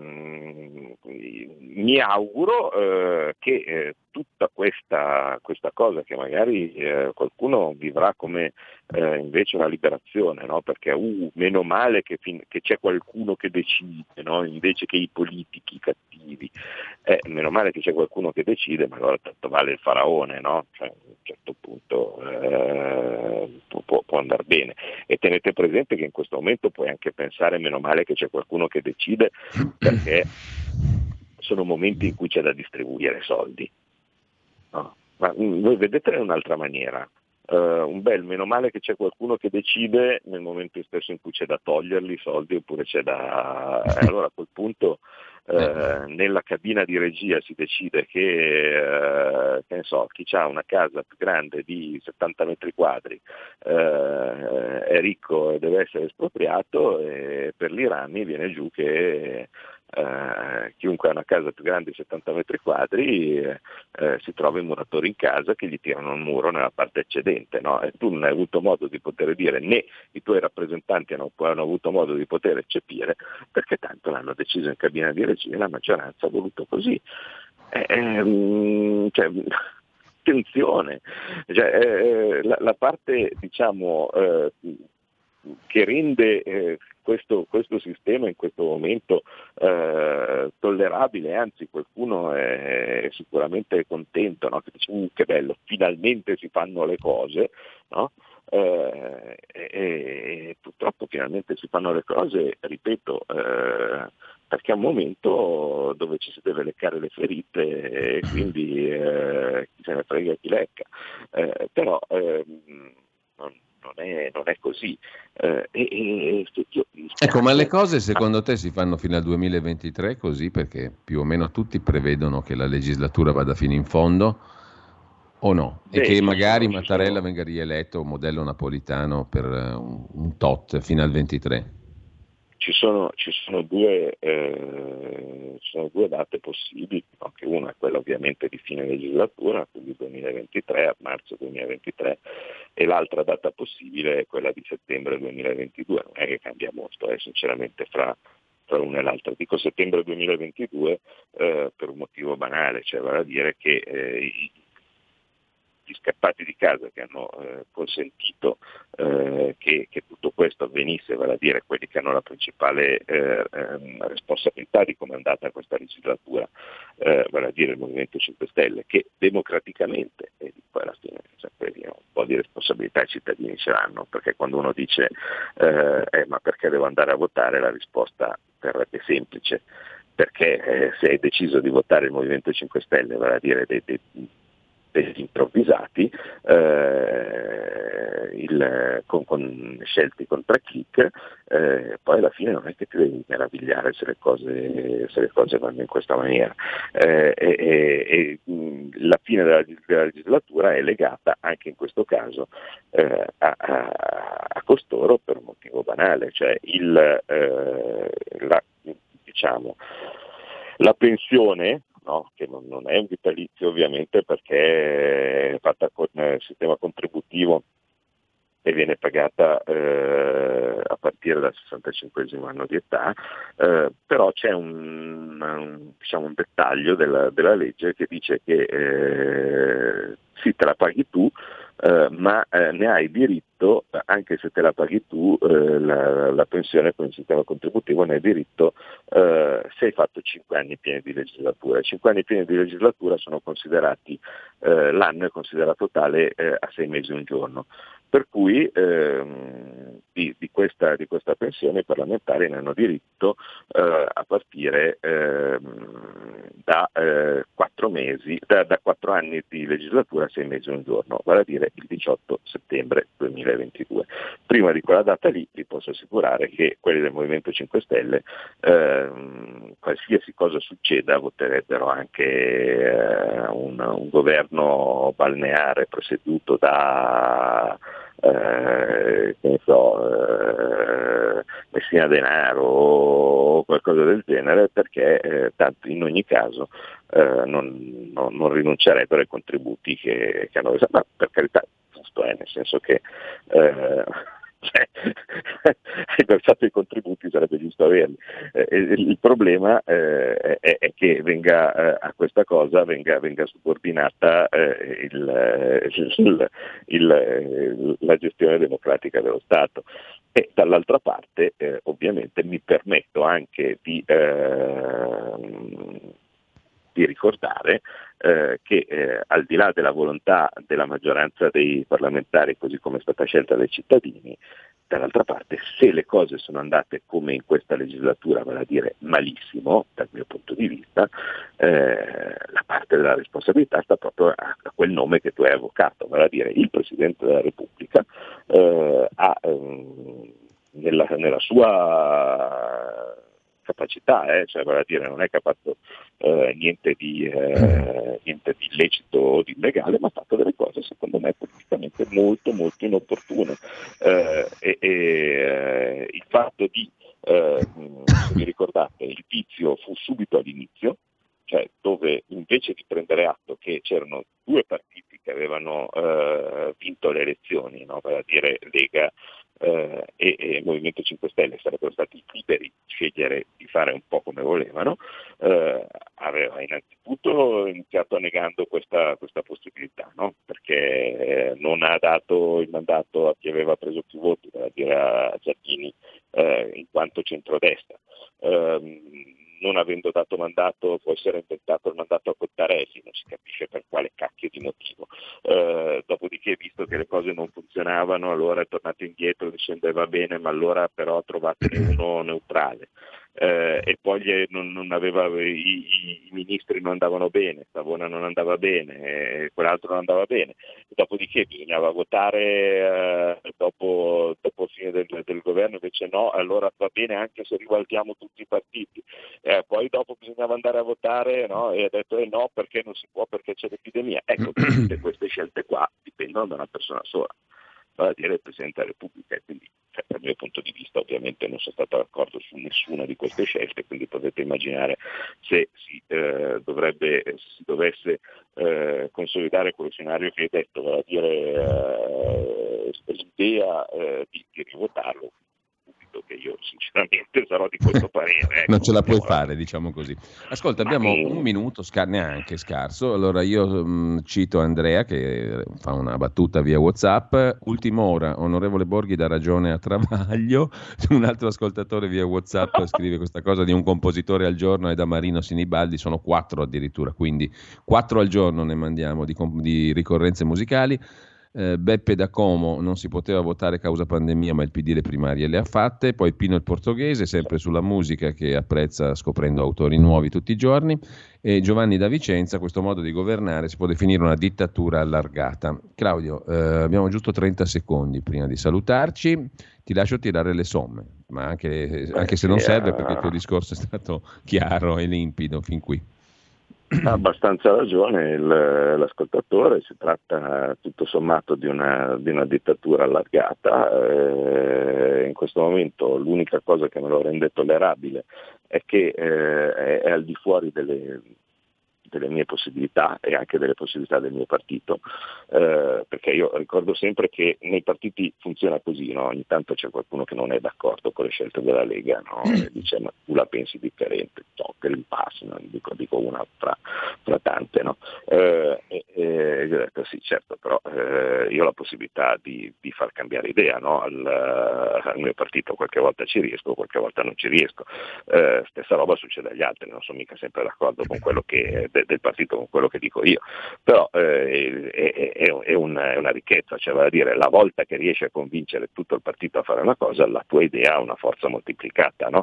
mi auguro eh, che eh, tutta questa, questa cosa che magari eh, qualcuno vivrà come eh, invece una liberazione, no? Perché uh, meno male che, fin- che c'è qualcuno che decide, no? Invece che i politici cattivi, eh, meno male che c'è qualcuno che decide, ma allora tanto vale il faraone, no? Cioè, a un certo punto eh, può, può andare bene. E tenete presente che in questo momento puoi anche pensare meno male che c'è qualcuno che decide, perché sono momenti in cui c'è da distribuire soldi, no? Ma voi vedete in un'altra maniera, uh, un bel meno male che c'è qualcuno che decide nel momento stesso in cui c'è da toglierli i soldi, oppure c'è da eh, allora a quel punto Uh, nella cabina di regia si decide che, uh, che ne so, chi ha una casa più grande di settanta metri quadri uh, è ricco e deve essere espropriato, e per l'I R A M viene giù che uh, chiunque ha una casa più grande di settanta metri quadri uh, si trova i muratori in casa che gli tirano un muro nella parte eccedente, no? E tu non hai avuto modo di poter dire, né i tuoi rappresentanti hanno, hanno avuto modo di poter eccepire, perché tanto l'hanno deciso in cabina di regia e la maggioranza ha voluto così. Eh, ehm, cioè, attenzione, cioè, eh, la, la parte diciamo eh, che rende eh, questo, questo sistema in questo momento eh, tollerabile, anzi qualcuno è sicuramente contento, no? Che dice uh, che bello, finalmente si fanno le cose, no? Eh, e, e purtroppo finalmente si fanno le cose, ripeto, eh, perché è un momento dove ci si deve leccare le ferite e quindi eh, chi se ne frega chi lecca, eh, però eh, non, non, è, non è così. Eh, e, e, io, ecco, ma le cose secondo te si fanno fino al duemilaventitré così, perché più o meno tutti prevedono che la legislatura vada fino in fondo, o no? E Beh, che magari sono, Mattarella sono... venga rieletto modello napolitano per un, un tot fino al ventitré? Ci sono, ci sono, due, eh, ci sono due date possibili, no? Che una è quella ovviamente di fine legislatura, quindi duemilaventitré, a marzo duemilaventitré, e l'altra data possibile è quella di settembre duemilaventidue. Non è che cambia molto, eh, sinceramente, fra, fra una e l'altra. Dico settembre duemilaventidue eh, per un motivo banale, cioè vale a dire che eh, gli scappati di casa che hanno eh, consentito eh, che, che tutto questo avvenisse, vale a dire quelli che hanno la principale eh, eh, responsabilità di come è andata questa legislatura, eh, vale a dire il Movimento cinque Stelle, che democraticamente, e poi alla fine sempre un po' di responsabilità i cittadini ce l'hanno, perché quando uno dice eh, eh, ma perché devo andare a votare, la risposta verrebbe semplice, perché eh, se hai deciso di votare il Movimento cinque Stelle, vale a dire dei, dei degli improvvisati, eh, il il, con, con scelti con tre click, eh, poi alla fine non è che ti devi meravigliare se le cose, se le cose vanno in questa maniera. Eh, e, e, e la fine della, della legislatura è legata anche in questo caso eh, a, a, a costoro per un motivo banale, cioè il, eh, la, diciamo, la pensione, no, che non, non è un vitalizio ovviamente perché è fatta con il sistema contributivo e viene pagata eh, a partire dal sessantacinquesimo anno di età, eh, però c'è un, un, diciamo, un dettaglio della, della legge che dice che eh, sì, te la paghi tu, eh, ma eh, ne hai diritto, anche se te la paghi tu, eh, la, la pensione con il sistema contributivo ne hai diritto eh, se hai fatto cinque anni pieni di legislatura. cinque anni pieni di legislatura sono considerati, eh, l'anno è considerato tale eh, a sei mesi e un giorno. Per cui ehm, di, di, questa, di questa pensione i parlamentari ne hanno diritto eh, a partire ehm, da eh, quattro mesi, da, da quattro anni di legislatura a sei mesi e un giorno, vale a dire il diciotto settembre duemilaventidue. Prima di quella data lì vi posso assicurare che quelli del Movimento cinque Stelle, ehm, qualsiasi cosa succeda, voterebbero anche eh, un, un governo balneare presieduto da Eh, che ne so, eh, Messina Denaro o qualcosa del genere, perché eh, tanto in ogni caso eh, non, non, non rinuncerebbero ai contributi che, che hanno reso. Ma per carità, giusto è, nel senso che eh, cioè, hai versato i contributi, sarebbe giusto averli. Eh, il problema eh, è, è che venga eh, a questa cosa venga, venga subordinata eh, il, il, il, la gestione democratica dello Stato. E dall'altra parte eh, ovviamente mi permetto anche di eh, di ricordare eh, che eh, al di là della volontà della maggioranza dei parlamentari, così come è stata scelta dai cittadini, dall'altra parte, se le cose sono andate come in questa legislatura, vale a dire malissimo dal mio punto di vista, eh, la parte della responsabilità sta proprio a, a quel nome che tu hai evocato, vale a dire il Presidente della Repubblica eh, ha ehm, nella, nella sua capacità, eh, cioè vale a dire non è che ha fatto eh, niente di eh, niente di illecito o di illegale, ma ha fatto delle cose secondo me politicamente molto molto inopportune eh, e, e eh, il fatto di eh, se vi ricordate il vizio fu subito all'inizio, cioè dove invece di prendere atto che c'erano due partiti che avevano eh, vinto le elezioni, no? Vale a dire Lega eh, e, e Movimento cinque Stelle, sarebbero stati liberi di scegliere di fare un po' come volevano, eh, aveva innanzitutto iniziato negando questa, questa possibilità, no? Perché non ha dato il mandato a chi aveva preso più voti, vale a dire a Giardini eh, in quanto centrodestra. Um, non avendo dato mandato, poi si era inventato il mandato a Cottarelli, non si capisce per quale cacchio di motivo. Eh, dopodiché, visto che le cose non funzionavano, allora è tornato indietro dicendo va bene, ma allora però trovatene uno neutrale. Eh, e poi gli, non, non aveva, i, i, i ministri non andavano bene, Savona non andava bene, eh, quell'altro non andava bene. Dopodiché bisognava votare eh, dopo, dopo il fine del, del governo, invece no, allora va bene anche se ribaltiamo tutti i partiti. Eh, poi dopo bisognava andare a votare, no? E ha detto eh no, perché non si può, perché c'è l'epidemia. Ecco, tutte queste scelte qua dipendono da una persona sola, vale a dire il Presidente della Repubblica, e quindi cioè, dal mio punto di vista ovviamente non sono stato d'accordo su nessuna di queste scelte, quindi potete immaginare se si eh, dovrebbe, se si dovesse eh, consolidare quello scenario che hai detto, vale a dire eh, l'idea eh, di, di rivotarlo, che io sinceramente sarò di questo parere. Ecco, non ce la puoi fare, diciamo così. Ascolta, abbiamo un minuto, scar- neanche scarso, allora io mh, cito Andrea che fa una battuta via WhatsApp. Ultima ora, onorevole Borghi dà ragione a Travaglio. Un altro ascoltatore via WhatsApp scrive questa cosa di un compositore al giorno e da Marino Sinibaldi sono quattro addirittura, quindi quattro al giorno ne mandiamo di, comp- di ricorrenze musicali. Eh, Beppe da Como, non si poteva votare causa pandemia, ma il P D le primarie le ha fatte. Poi Pino il Portoghese, sempre sulla musica, che apprezza scoprendo autori nuovi tutti i giorni. E Giovanni da Vicenza, questo modo di governare si può definire una dittatura allargata. Claudio, eh, abbiamo giusto trenta secondi prima di salutarci, ti lascio tirare le somme, ma anche, anche se non serve, perché il tuo discorso è stato chiaro e limpido fin qui. Ha abbastanza ragione il, l'ascoltatore, si tratta tutto sommato di una, di una dittatura allargata. Eh, in questo momento l'unica cosa che me lo rende tollerabile è che eh, è, è al di fuori delle, delle mie possibilità e anche delle possibilità del mio partito, eh, perché io ricordo sempre che nei partiti funziona così, no? Ogni tanto c'è qualcuno che non è d'accordo con le scelte della Lega, no? E dice ma tu la pensi differente, no, che l'impasse, no? dico, dico una fra, fra tante, no? Eh, e, e io ho detto sì, certo, però eh, io ho la possibilità di, di far cambiare idea, no? al, al mio partito, qualche volta ci riesco, qualche volta non ci riesco, eh, stessa roba succede agli altri, non sono mica sempre d'accordo con quello che del partito, con quello che dico io, però eh, è, è, è, un, è una ricchezza, cioè vale a dire, la volta che riesci a convincere tutto il partito a fare una cosa, la tua idea ha una forza moltiplicata, no?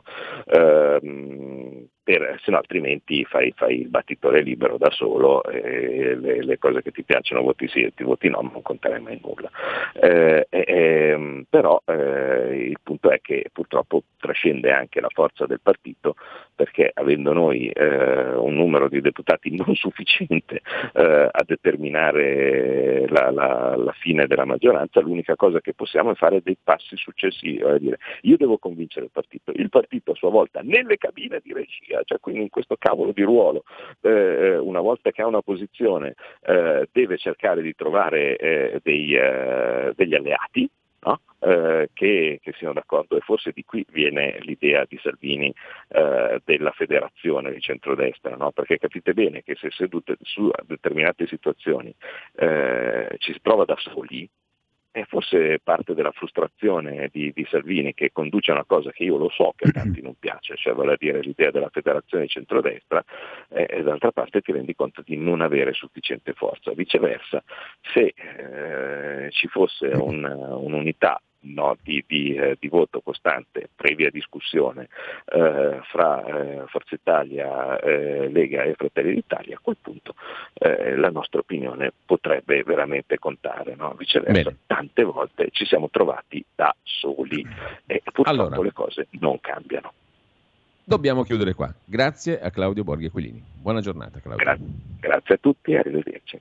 Ehm, per, se no altrimenti fai, fai il battitore libero da solo e le, le cose che ti piacciono voti sì e ti voti no, non conterai mai nulla. Eh, eh, però eh, il punto è che purtroppo trascende anche la forza del partito, perché avendo noi eh, un numero di deputati non sufficiente eh, a determinare la, la, la fine della maggioranza, l'unica cosa che possiamo è fare dei passi successivi, vale a dire, io devo convincere il partito, il partito a sua volta nelle cabine di regia, cioè quindi in questo cavolo di ruolo, eh, una volta che ha una posizione eh, deve cercare di trovare eh, dei, eh, degli alleati, no? eh, che, che siano d'accordo, e forse di qui viene l'idea di Salvini eh, della federazione di centrodestra, no? Perché capite bene che se sedute su determinate situazioni eh, ci si trova da soli, è forse parte della frustrazione di, di Salvini, che conduce a una cosa che io lo so che a tanti non piace, cioè vale a dire l'idea della federazione di centrodestra, eh, e d'altra parte ti rendi conto di non avere sufficiente forza. Viceversa, se eh, ci fosse un, un'unità no, di, di, eh, di voto costante, previa discussione eh, fra eh, Forza Italia, eh, Lega e Fratelli d'Italia, a quel punto eh, la nostra opinione potrebbe veramente contare, no? Viceversa, Bene. Tante volte ci siamo trovati da soli e purtroppo allora, le cose non cambiano. Dobbiamo chiudere qua. Grazie a Claudio Borghi Aquilini. Buona giornata, Claudio. Gra- grazie a tutti e arrivederci.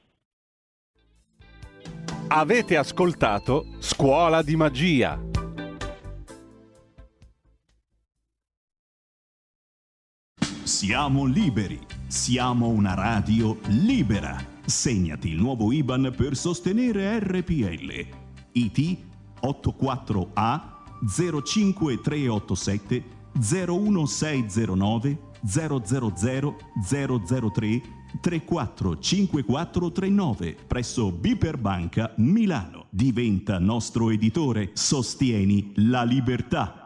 Avete ascoltato Scuola di Magia. Siamo liberi, siamo una radio libera. Segnati il nuovo I B A N per sostenere R P L. I T ottantaquattro A zero cinque tre otto sette zero uno sei zero nove zero zero zero zero zero tre tre quattro cinque quattro tre nove presso Biper Banca Milano. Diventa nostro editore. Sostieni la libertà.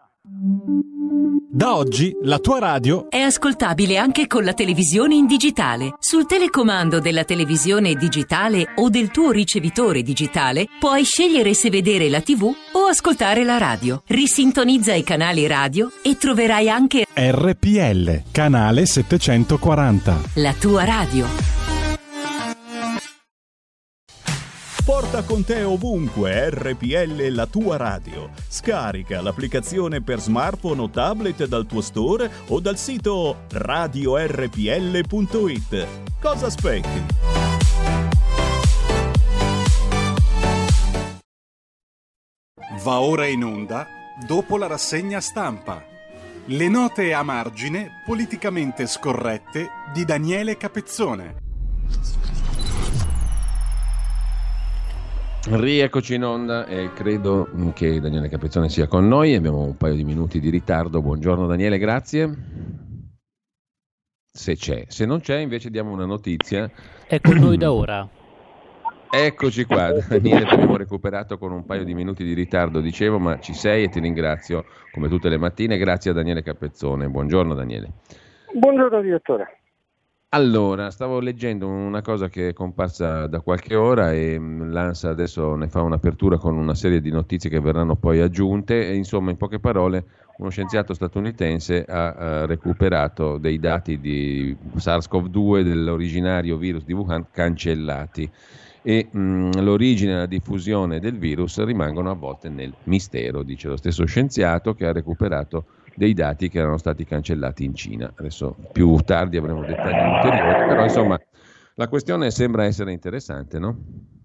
Da oggi la tua radio è ascoltabile anche con la televisione in digitale. Sul telecomando della televisione digitale o del tuo ricevitore digitale puoi scegliere se vedere la tivù o ascoltare la radio. Risintonizza i canali radio e troverai anche R P L, canale settecentoquaranta. La tua radio. Porta con te ovunque R P L, la tua radio. Scarica l'applicazione per smartphone o tablet dal tuo store o dal sito radio erre pi elle punto it. Cosa aspetti? Va ora in onda dopo la rassegna stampa. Le note a margine politicamente scorrette di Daniele Capezzone. Rieccoci in onda e credo che Daniele Capezzone sia con noi. Abbiamo un paio di minuti di ritardo. Buongiorno Daniele, grazie. Se c'è, se non c'è invece diamo una notizia. È con noi da ora. Eccoci qua, Daniele, ti abbiamo recuperato con un paio di minuti di ritardo, dicevo, ma ci sei e ti ringrazio come tutte le mattine. Grazie a Daniele Capezzone. Buongiorno Daniele. Buongiorno direttore. Allora, stavo leggendo una cosa che è comparsa da qualche ora e mh, l'ANSA adesso ne fa un'apertura con una serie di notizie che verranno poi aggiunte. E, insomma, in poche parole, uno scienziato statunitense ha, ha recuperato dei dati di SARS-CoV due dell'originario virus di Wuhan cancellati e mh, l'origine e la diffusione del virus rimangono avvolte nel mistero, dice lo stesso scienziato che ha recuperato dei dati che erano stati cancellati in Cina. Adesso più tardi avremo dettagli ulteriori, però insomma la questione sembra essere interessante, no?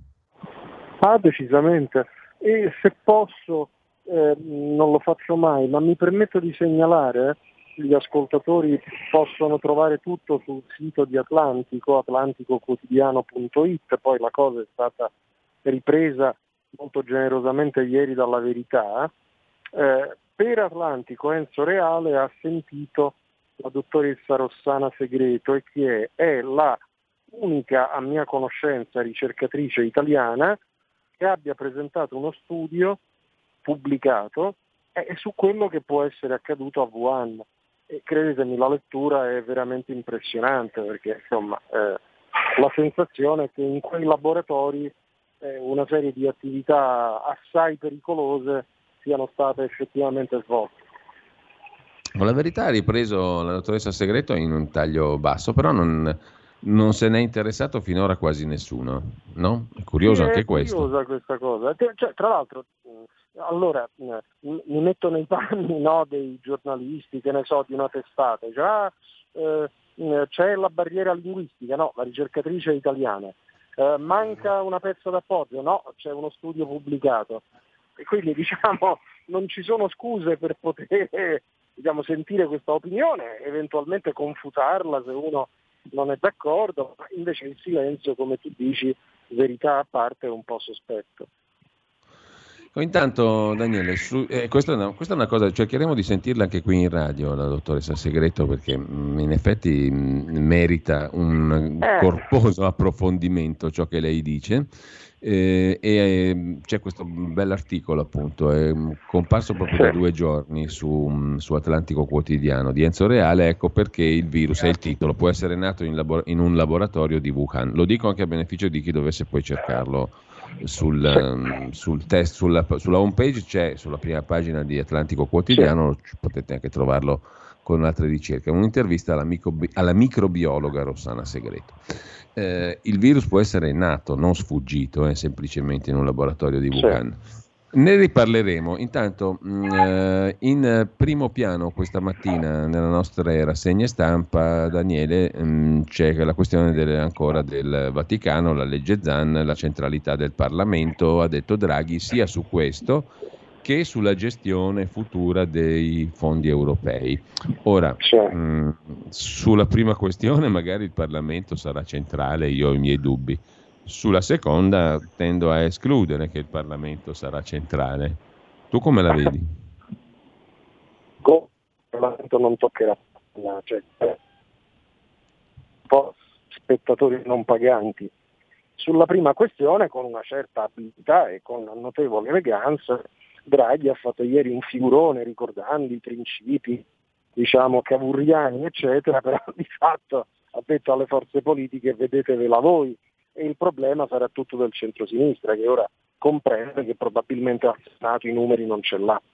Ah, decisamente. E se posso, eh, non lo faccio mai, ma mi permetto di segnalare, gli ascoltatori possono trovare tutto sul sito di Atlantico, atlanticoquotidiano punto it, poi la cosa è stata ripresa molto generosamente ieri dalla Verità. Eh, per Atlantico Enzo Reale ha sentito la dottoressa Rossana Segreto, e che è, è la unica, a mia conoscenza, ricercatrice italiana che abbia presentato uno studio pubblicato eh, su quello che può essere accaduto a Wuhan. E credetemi, la lettura è veramente impressionante, perché insomma eh, la sensazione è che in quei laboratori eh, una serie di attività assai pericolose siano state effettivamente svolte. Con la Verità ha ripreso la dottoressa Segreto in un taglio basso, però non, non se n'è interessato finora quasi nessuno, no? È curioso sì, anche è questo. È curiosa questa cosa. Cioè, tra l'altro, allora mi metto nei panni, no, dei giornalisti, che ne so, di una testata, cioè, ah, eh, c'è la barriera linguistica, no, la ricercatrice è italiana, eh, manca una pezza d'appoggio, no, c'è uno studio pubblicato. E quindi diciamo non ci sono scuse per poter diciamo, sentire questa opinione, eventualmente confutarla se uno non è d'accordo, ma invece il silenzio, come tu dici, verità a parte, è un po' sospetto. Intanto Daniele, su, eh, questa, è una, questa è una cosa, cercheremo di sentirla anche qui in radio, la dottoressa Segreto, perché mh, in effetti mh, merita un Eh. corposo approfondimento ciò che lei dice. Eh, e eh, c'è questo bell'articolo, appunto, è comparso proprio da due giorni su, su Atlantico Quotidiano di Enzo Reale. Ecco perché il virus, è il titolo, può essere nato in, labor- in un laboratorio di Wuhan. Lo dico anche a beneficio di chi dovesse poi cercarlo sul, um, sul test, sulla, sulla home page, c'è sulla prima pagina di Atlantico Quotidiano, potete anche trovarlo con altre ricerche, un'intervista alla, microbi- alla microbiologa Rossana Segreto. Eh, il virus può essere nato, non sfuggito, eh, semplicemente in un laboratorio di Wuhan. Sì. Ne riparleremo. Intanto mh, eh, in primo piano questa mattina nella nostra rassegna stampa, Daniele, mh, c'è la questione del, ancora del Vaticano, la legge Zan, la centralità del Parlamento, ha detto Draghi, sia su questo che sulla gestione futura dei fondi europei. Ora, mh, sulla prima questione magari il Parlamento sarà centrale, io ho i miei dubbi. Sulla seconda tendo a escludere che il Parlamento sarà centrale. Tu come la vedi? Il Parlamento non toccherà, cioè, un po' spettatori non paganti. Sulla prima questione, con una certa abilità e con notevole eleganza, Draghi ha fatto ieri un figurone ricordando i principi, diciamo, cavourriani, eccetera, però di fatto ha detto alle forze politiche vedetevela voi, e il problema sarà tutto del centrosinistra, che ora comprende che probabilmente al Senato i numeri non ce l'ha.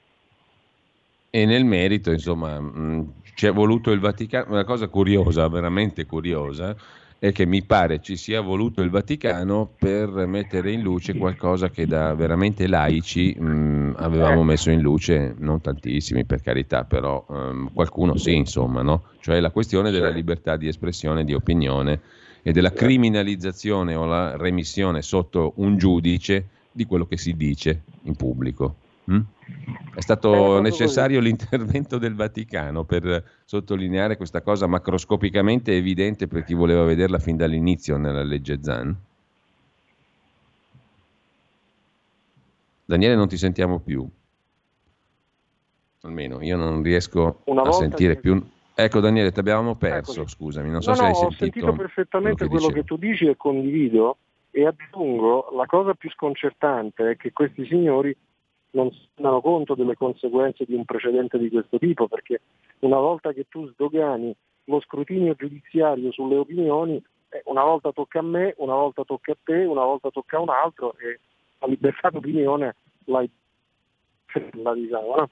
E nel merito, insomma, mh, ci è voluto il Vaticano. Una cosa curiosa, veramente curiosa, è che mi pare ci sia voluto il Vaticano per mettere in luce qualcosa che da veramente laici mh, avevamo messo in luce, non tantissimi per carità, però um, qualcuno sì, insomma, no? Cioè la questione della libertà di espressione, di opinione e della criminalizzazione o la remissione sotto un giudice di quello che si dice in pubblico. Mm? È stato necessario l'intervento del Vaticano per sottolineare questa cosa macroscopicamente evidente per chi voleva vederla fin dall'inizio nella legge Zan. Daniele, non ti sentiamo più. Almeno io non riesco Una a sentire che... più. Ecco Daniele, ti abbiamo perso, Eccoci. Scusami, non so no, se hai no, sentito. Ho sentito perfettamente quello, che, quello che tu dici e condivido, e aggiungo, la cosa più sconcertante è che questi signori non si rendono conto delle conseguenze di un precedente di questo tipo, perché una volta che tu sdogani lo scrutinio giudiziario sulle opinioni, eh, una volta tocca a me, una volta tocca a te, una volta tocca a un altro, e la libertà d'opinione l'hai la diciamo, no?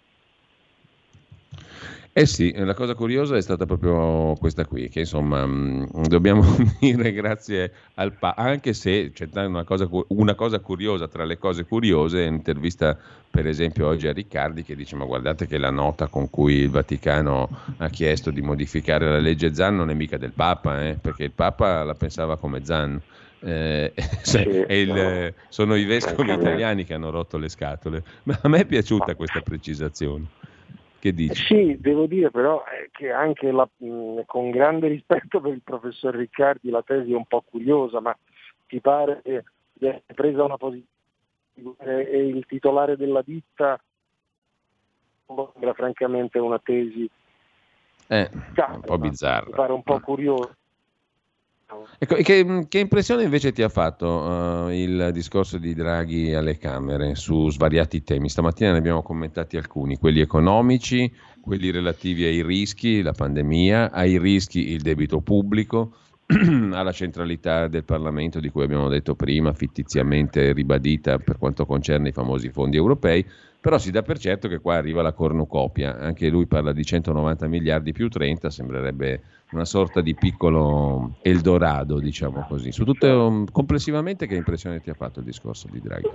Eh sì, la cosa curiosa è stata proprio questa qui, che insomma mh, dobbiamo dire grazie al Papa, anche se c'è una cosa, una cosa curiosa tra le cose curiose, intervista per esempio oggi a Riccardi che dice ma guardate che la nota con cui il Vaticano ha chiesto di modificare la legge Zan non è mica del Papa, eh, perché il Papa la pensava come Zan. Eh, Sì, e il, no. sono i vescovi italiani che hanno rotto le scatole, ma a me è piaciuta questa precisazione. Che dici? Sì, devo dire però eh, che anche la, mh, con grande rispetto per il professor Riccardi la tesi è un po' curiosa, ma ti pare che di essere presa una posizione e il titolare della ditta sembra francamente una tesi Eh, un po' bizzarra. Mi pare un po' curioso. Ecco, che, che impressione invece ti ha fatto uh, il discorso di Draghi alle Camere su svariati temi? Stamattina ne abbiamo commentati alcuni, quelli economici, quelli relativi ai rischi, la pandemia, ai rischi il debito pubblico, alla centralità del Parlamento di cui abbiamo detto prima, fittiziamente ribadita per quanto concerne i famosi fondi europei, però si dà per certo che qua arriva la cornucopia, anche lui parla di centonovanta miliardi più trenta, sembrerebbe una sorta di piccolo Eldorado, diciamo così. Su tutto, complessivamente, che impressione ti ha fatto il discorso di Draghi?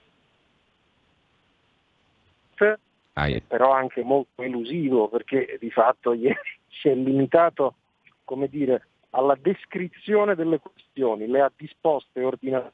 Ah, però anche molto elusivo, perché di fatto ieri si è limitato, come dire, alla descrizione delle questioni, le ha disposte e ordinate.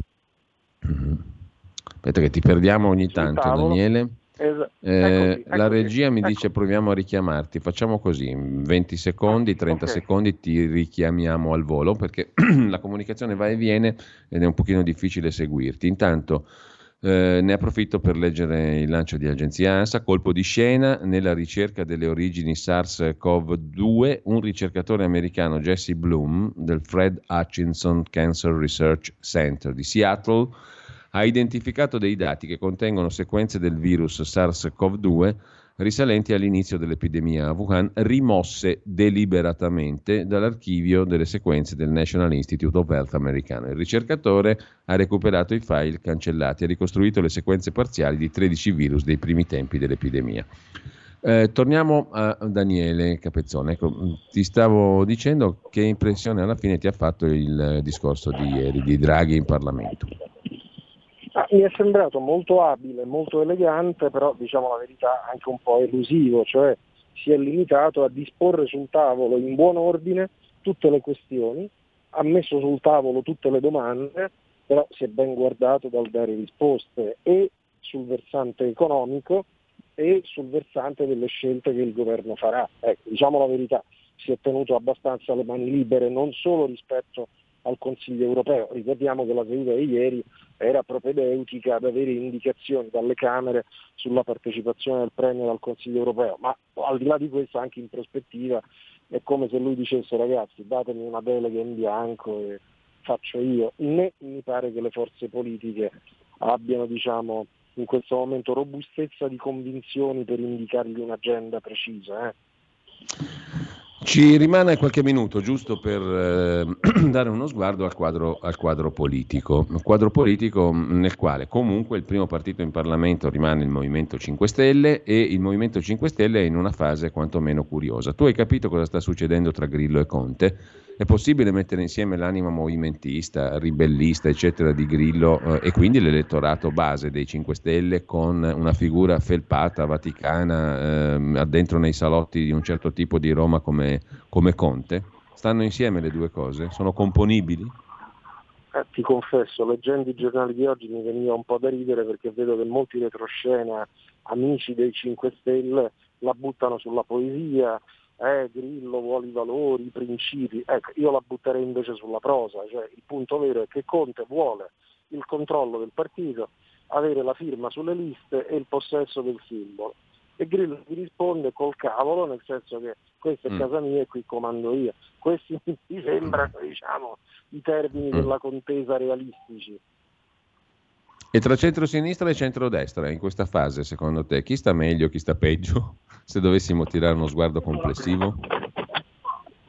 Aspetta che ti perdiamo ogni tanto, tavolo. Daniele. Es- Eh, eccoci, la eccoci, regia mi eccoci. dice proviamo a richiamarti, facciamo così, venti secondi, trenta Okay. secondi ti richiamiamo al volo perché la comunicazione va e viene ed è un pochino difficile seguirti. Intanto eh, ne approfitto per leggere il lancio di agenzia ANSA, colpo di scena nella ricerca delle origini SARS-CoV due, un ricercatore americano, Jesse Bloom, del Fred Hutchinson Cancer Research Center di Seattle, ha identificato dei dati che contengono sequenze del virus SARS-CoV due risalenti all'inizio dell'epidemia a Wuhan, rimosse deliberatamente dall'archivio delle sequenze del National Institute of Health americano. Il ricercatore ha recuperato i file cancellati e ha ricostruito le sequenze parziali di tredici virus dei primi tempi dell'epidemia. Eh, torniamo a Daniele Capezzone. Ecco, ti stavo dicendo che impressione alla fine ti ha fatto il discorso di ieri di Draghi in Parlamento. Ah, mi è sembrato molto abile, molto elegante, però diciamo la verità anche un po' elusivo, cioè si è limitato a disporre sul tavolo in buon ordine tutte le questioni, ha messo sul tavolo tutte le domande, però si è ben guardato dal dare risposte e sul versante economico e sul versante delle scelte che il governo farà. Ecco, diciamo la verità, si è tenuto abbastanza le mani libere non solo rispetto al Consiglio europeo. Ricordiamo che la seduta di ieri era propedeutica ad avere indicazioni dalle Camere sulla partecipazione del Premier al Consiglio europeo, ma al di là di questo anche in prospettiva è come se lui dicesse ragazzi datemi una delega in bianco e faccio io. Né mi pare che le forze politiche abbiano diciamo in questo momento robustezza di convinzioni per indicargli un'agenda precisa. Eh. Ci rimane qualche minuto giusto per eh, dare uno sguardo al quadro, al quadro politico, un quadro politico nel quale comunque il primo partito in Parlamento rimane il Movimento cinque Stelle e il Movimento cinque Stelle è in una fase quantomeno curiosa. Tu hai capito cosa sta succedendo tra Grillo e Conte? È possibile mettere insieme l'anima movimentista, ribellista, eccetera di Grillo eh, e quindi l'elettorato base dei cinque Stelle con una figura felpata, vaticana, eh, addentro nei salotti di un certo tipo di Roma come, come Conte? Stanno insieme le due cose? Sono componibili? Eh, ti confesso, leggendo i giornali di oggi mi veniva un po' da ridere perché vedo che molti retroscena, amici dei cinque Stelle, la buttano sulla poesia. Eh, Grillo vuole i valori, i principi. Ecco, io la butterei invece sulla prosa, cioè il punto vero è che Conte vuole il controllo del partito, avere la firma sulle liste e il possesso del simbolo. E Grillo gli risponde col cavolo, nel senso che questa è Mm. casa mia e qui comando io. Questi mi sembrano, diciamo, i termini Mm. della contesa realistici. E tra centro-sinistra e centro-destra in questa fase, secondo te, chi sta meglio, chi sta peggio? Se dovessimo tirare uno sguardo complessivo?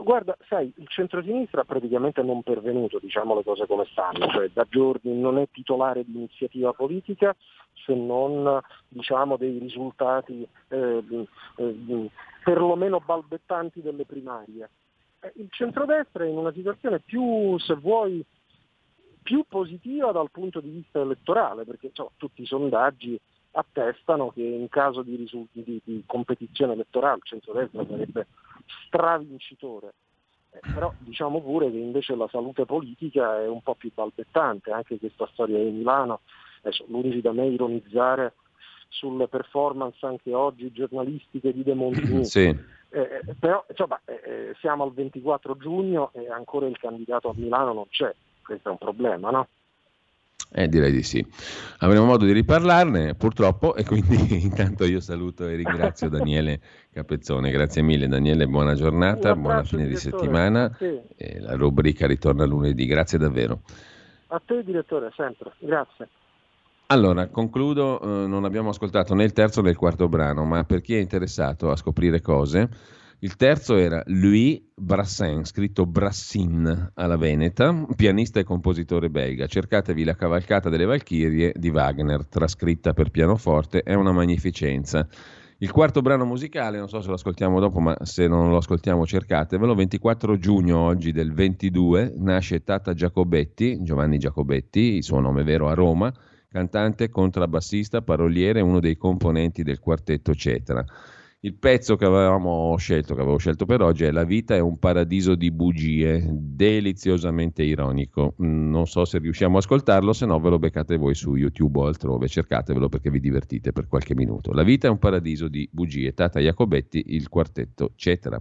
guarda, sai, il centrosinistra praticamente non pervenuto, diciamo le cose come stanno, cioè da giorni non è titolare di iniziativa politica se non, diciamo, dei risultati eh, eh, perlomeno balbettanti delle primarie. Eh, il centrodestra è in una situazione più, se vuoi, più positiva dal punto di vista elettorale, perché cioè, tutti i sondaggi attestano che in caso di, risu- di, di competizione elettorale il centrodestra sarebbe stravincitore, eh, però diciamo pure che invece la salute politica è un po' più balbettante, anche questa storia di Milano, adesso lungi da me ironizzare sulle performance anche oggi giornalistiche di De Mondini, sì. eh, però insomma, eh, siamo al ventiquattro giugno e ancora il candidato a Milano non c'è, questo è un problema, no? Eh, direi di sì. Avremo modo di riparlarne purtroppo, e quindi intanto io saluto e ringrazio Daniele Capezzone. Grazie mille Daniele, buona giornata, buona fine direttore. Di settimana. Sì. E la rubrica ritorna lunedì. Grazie davvero. A te direttore, sempre. Grazie. Allora, concludo, eh, non abbiamo ascoltato né il terzo né il quarto brano, ma per chi è interessato a scoprire cose, il terzo era Louis Brassin, scritto Brassin alla veneta, pianista e compositore belga. Cercatevi La cavalcata delle Valchirie di Wagner, trascritta per pianoforte, è una magnificenza. Il quarto brano musicale, non so se lo ascoltiamo dopo, ma se non lo ascoltiamo cercatevelo, ventiquattro giugno oggi del ventidue, nasce Tata Giacobetti, Giovanni Giacobetti, il suo nome vero a Roma, cantante, contrabbassista, paroliere, uno dei componenti del quartetto Cetra. Il pezzo che avevamo scelto, che avevo scelto per oggi, è La vita è un paradiso di bugie, deliziosamente ironico. Non so se riusciamo a ascoltarlo, se no ve lo beccate voi su YouTube o altrove, cercatevelo perché vi divertite per qualche minuto. La vita è un paradiso di bugie, Tata Jacobetti, il quartetto Cetra.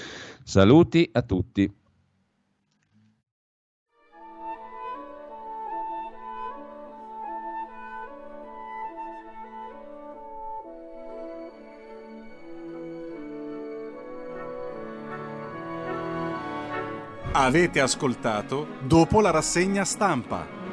Saluti a tutti. Avete ascoltato Dopo la rassegna stampa,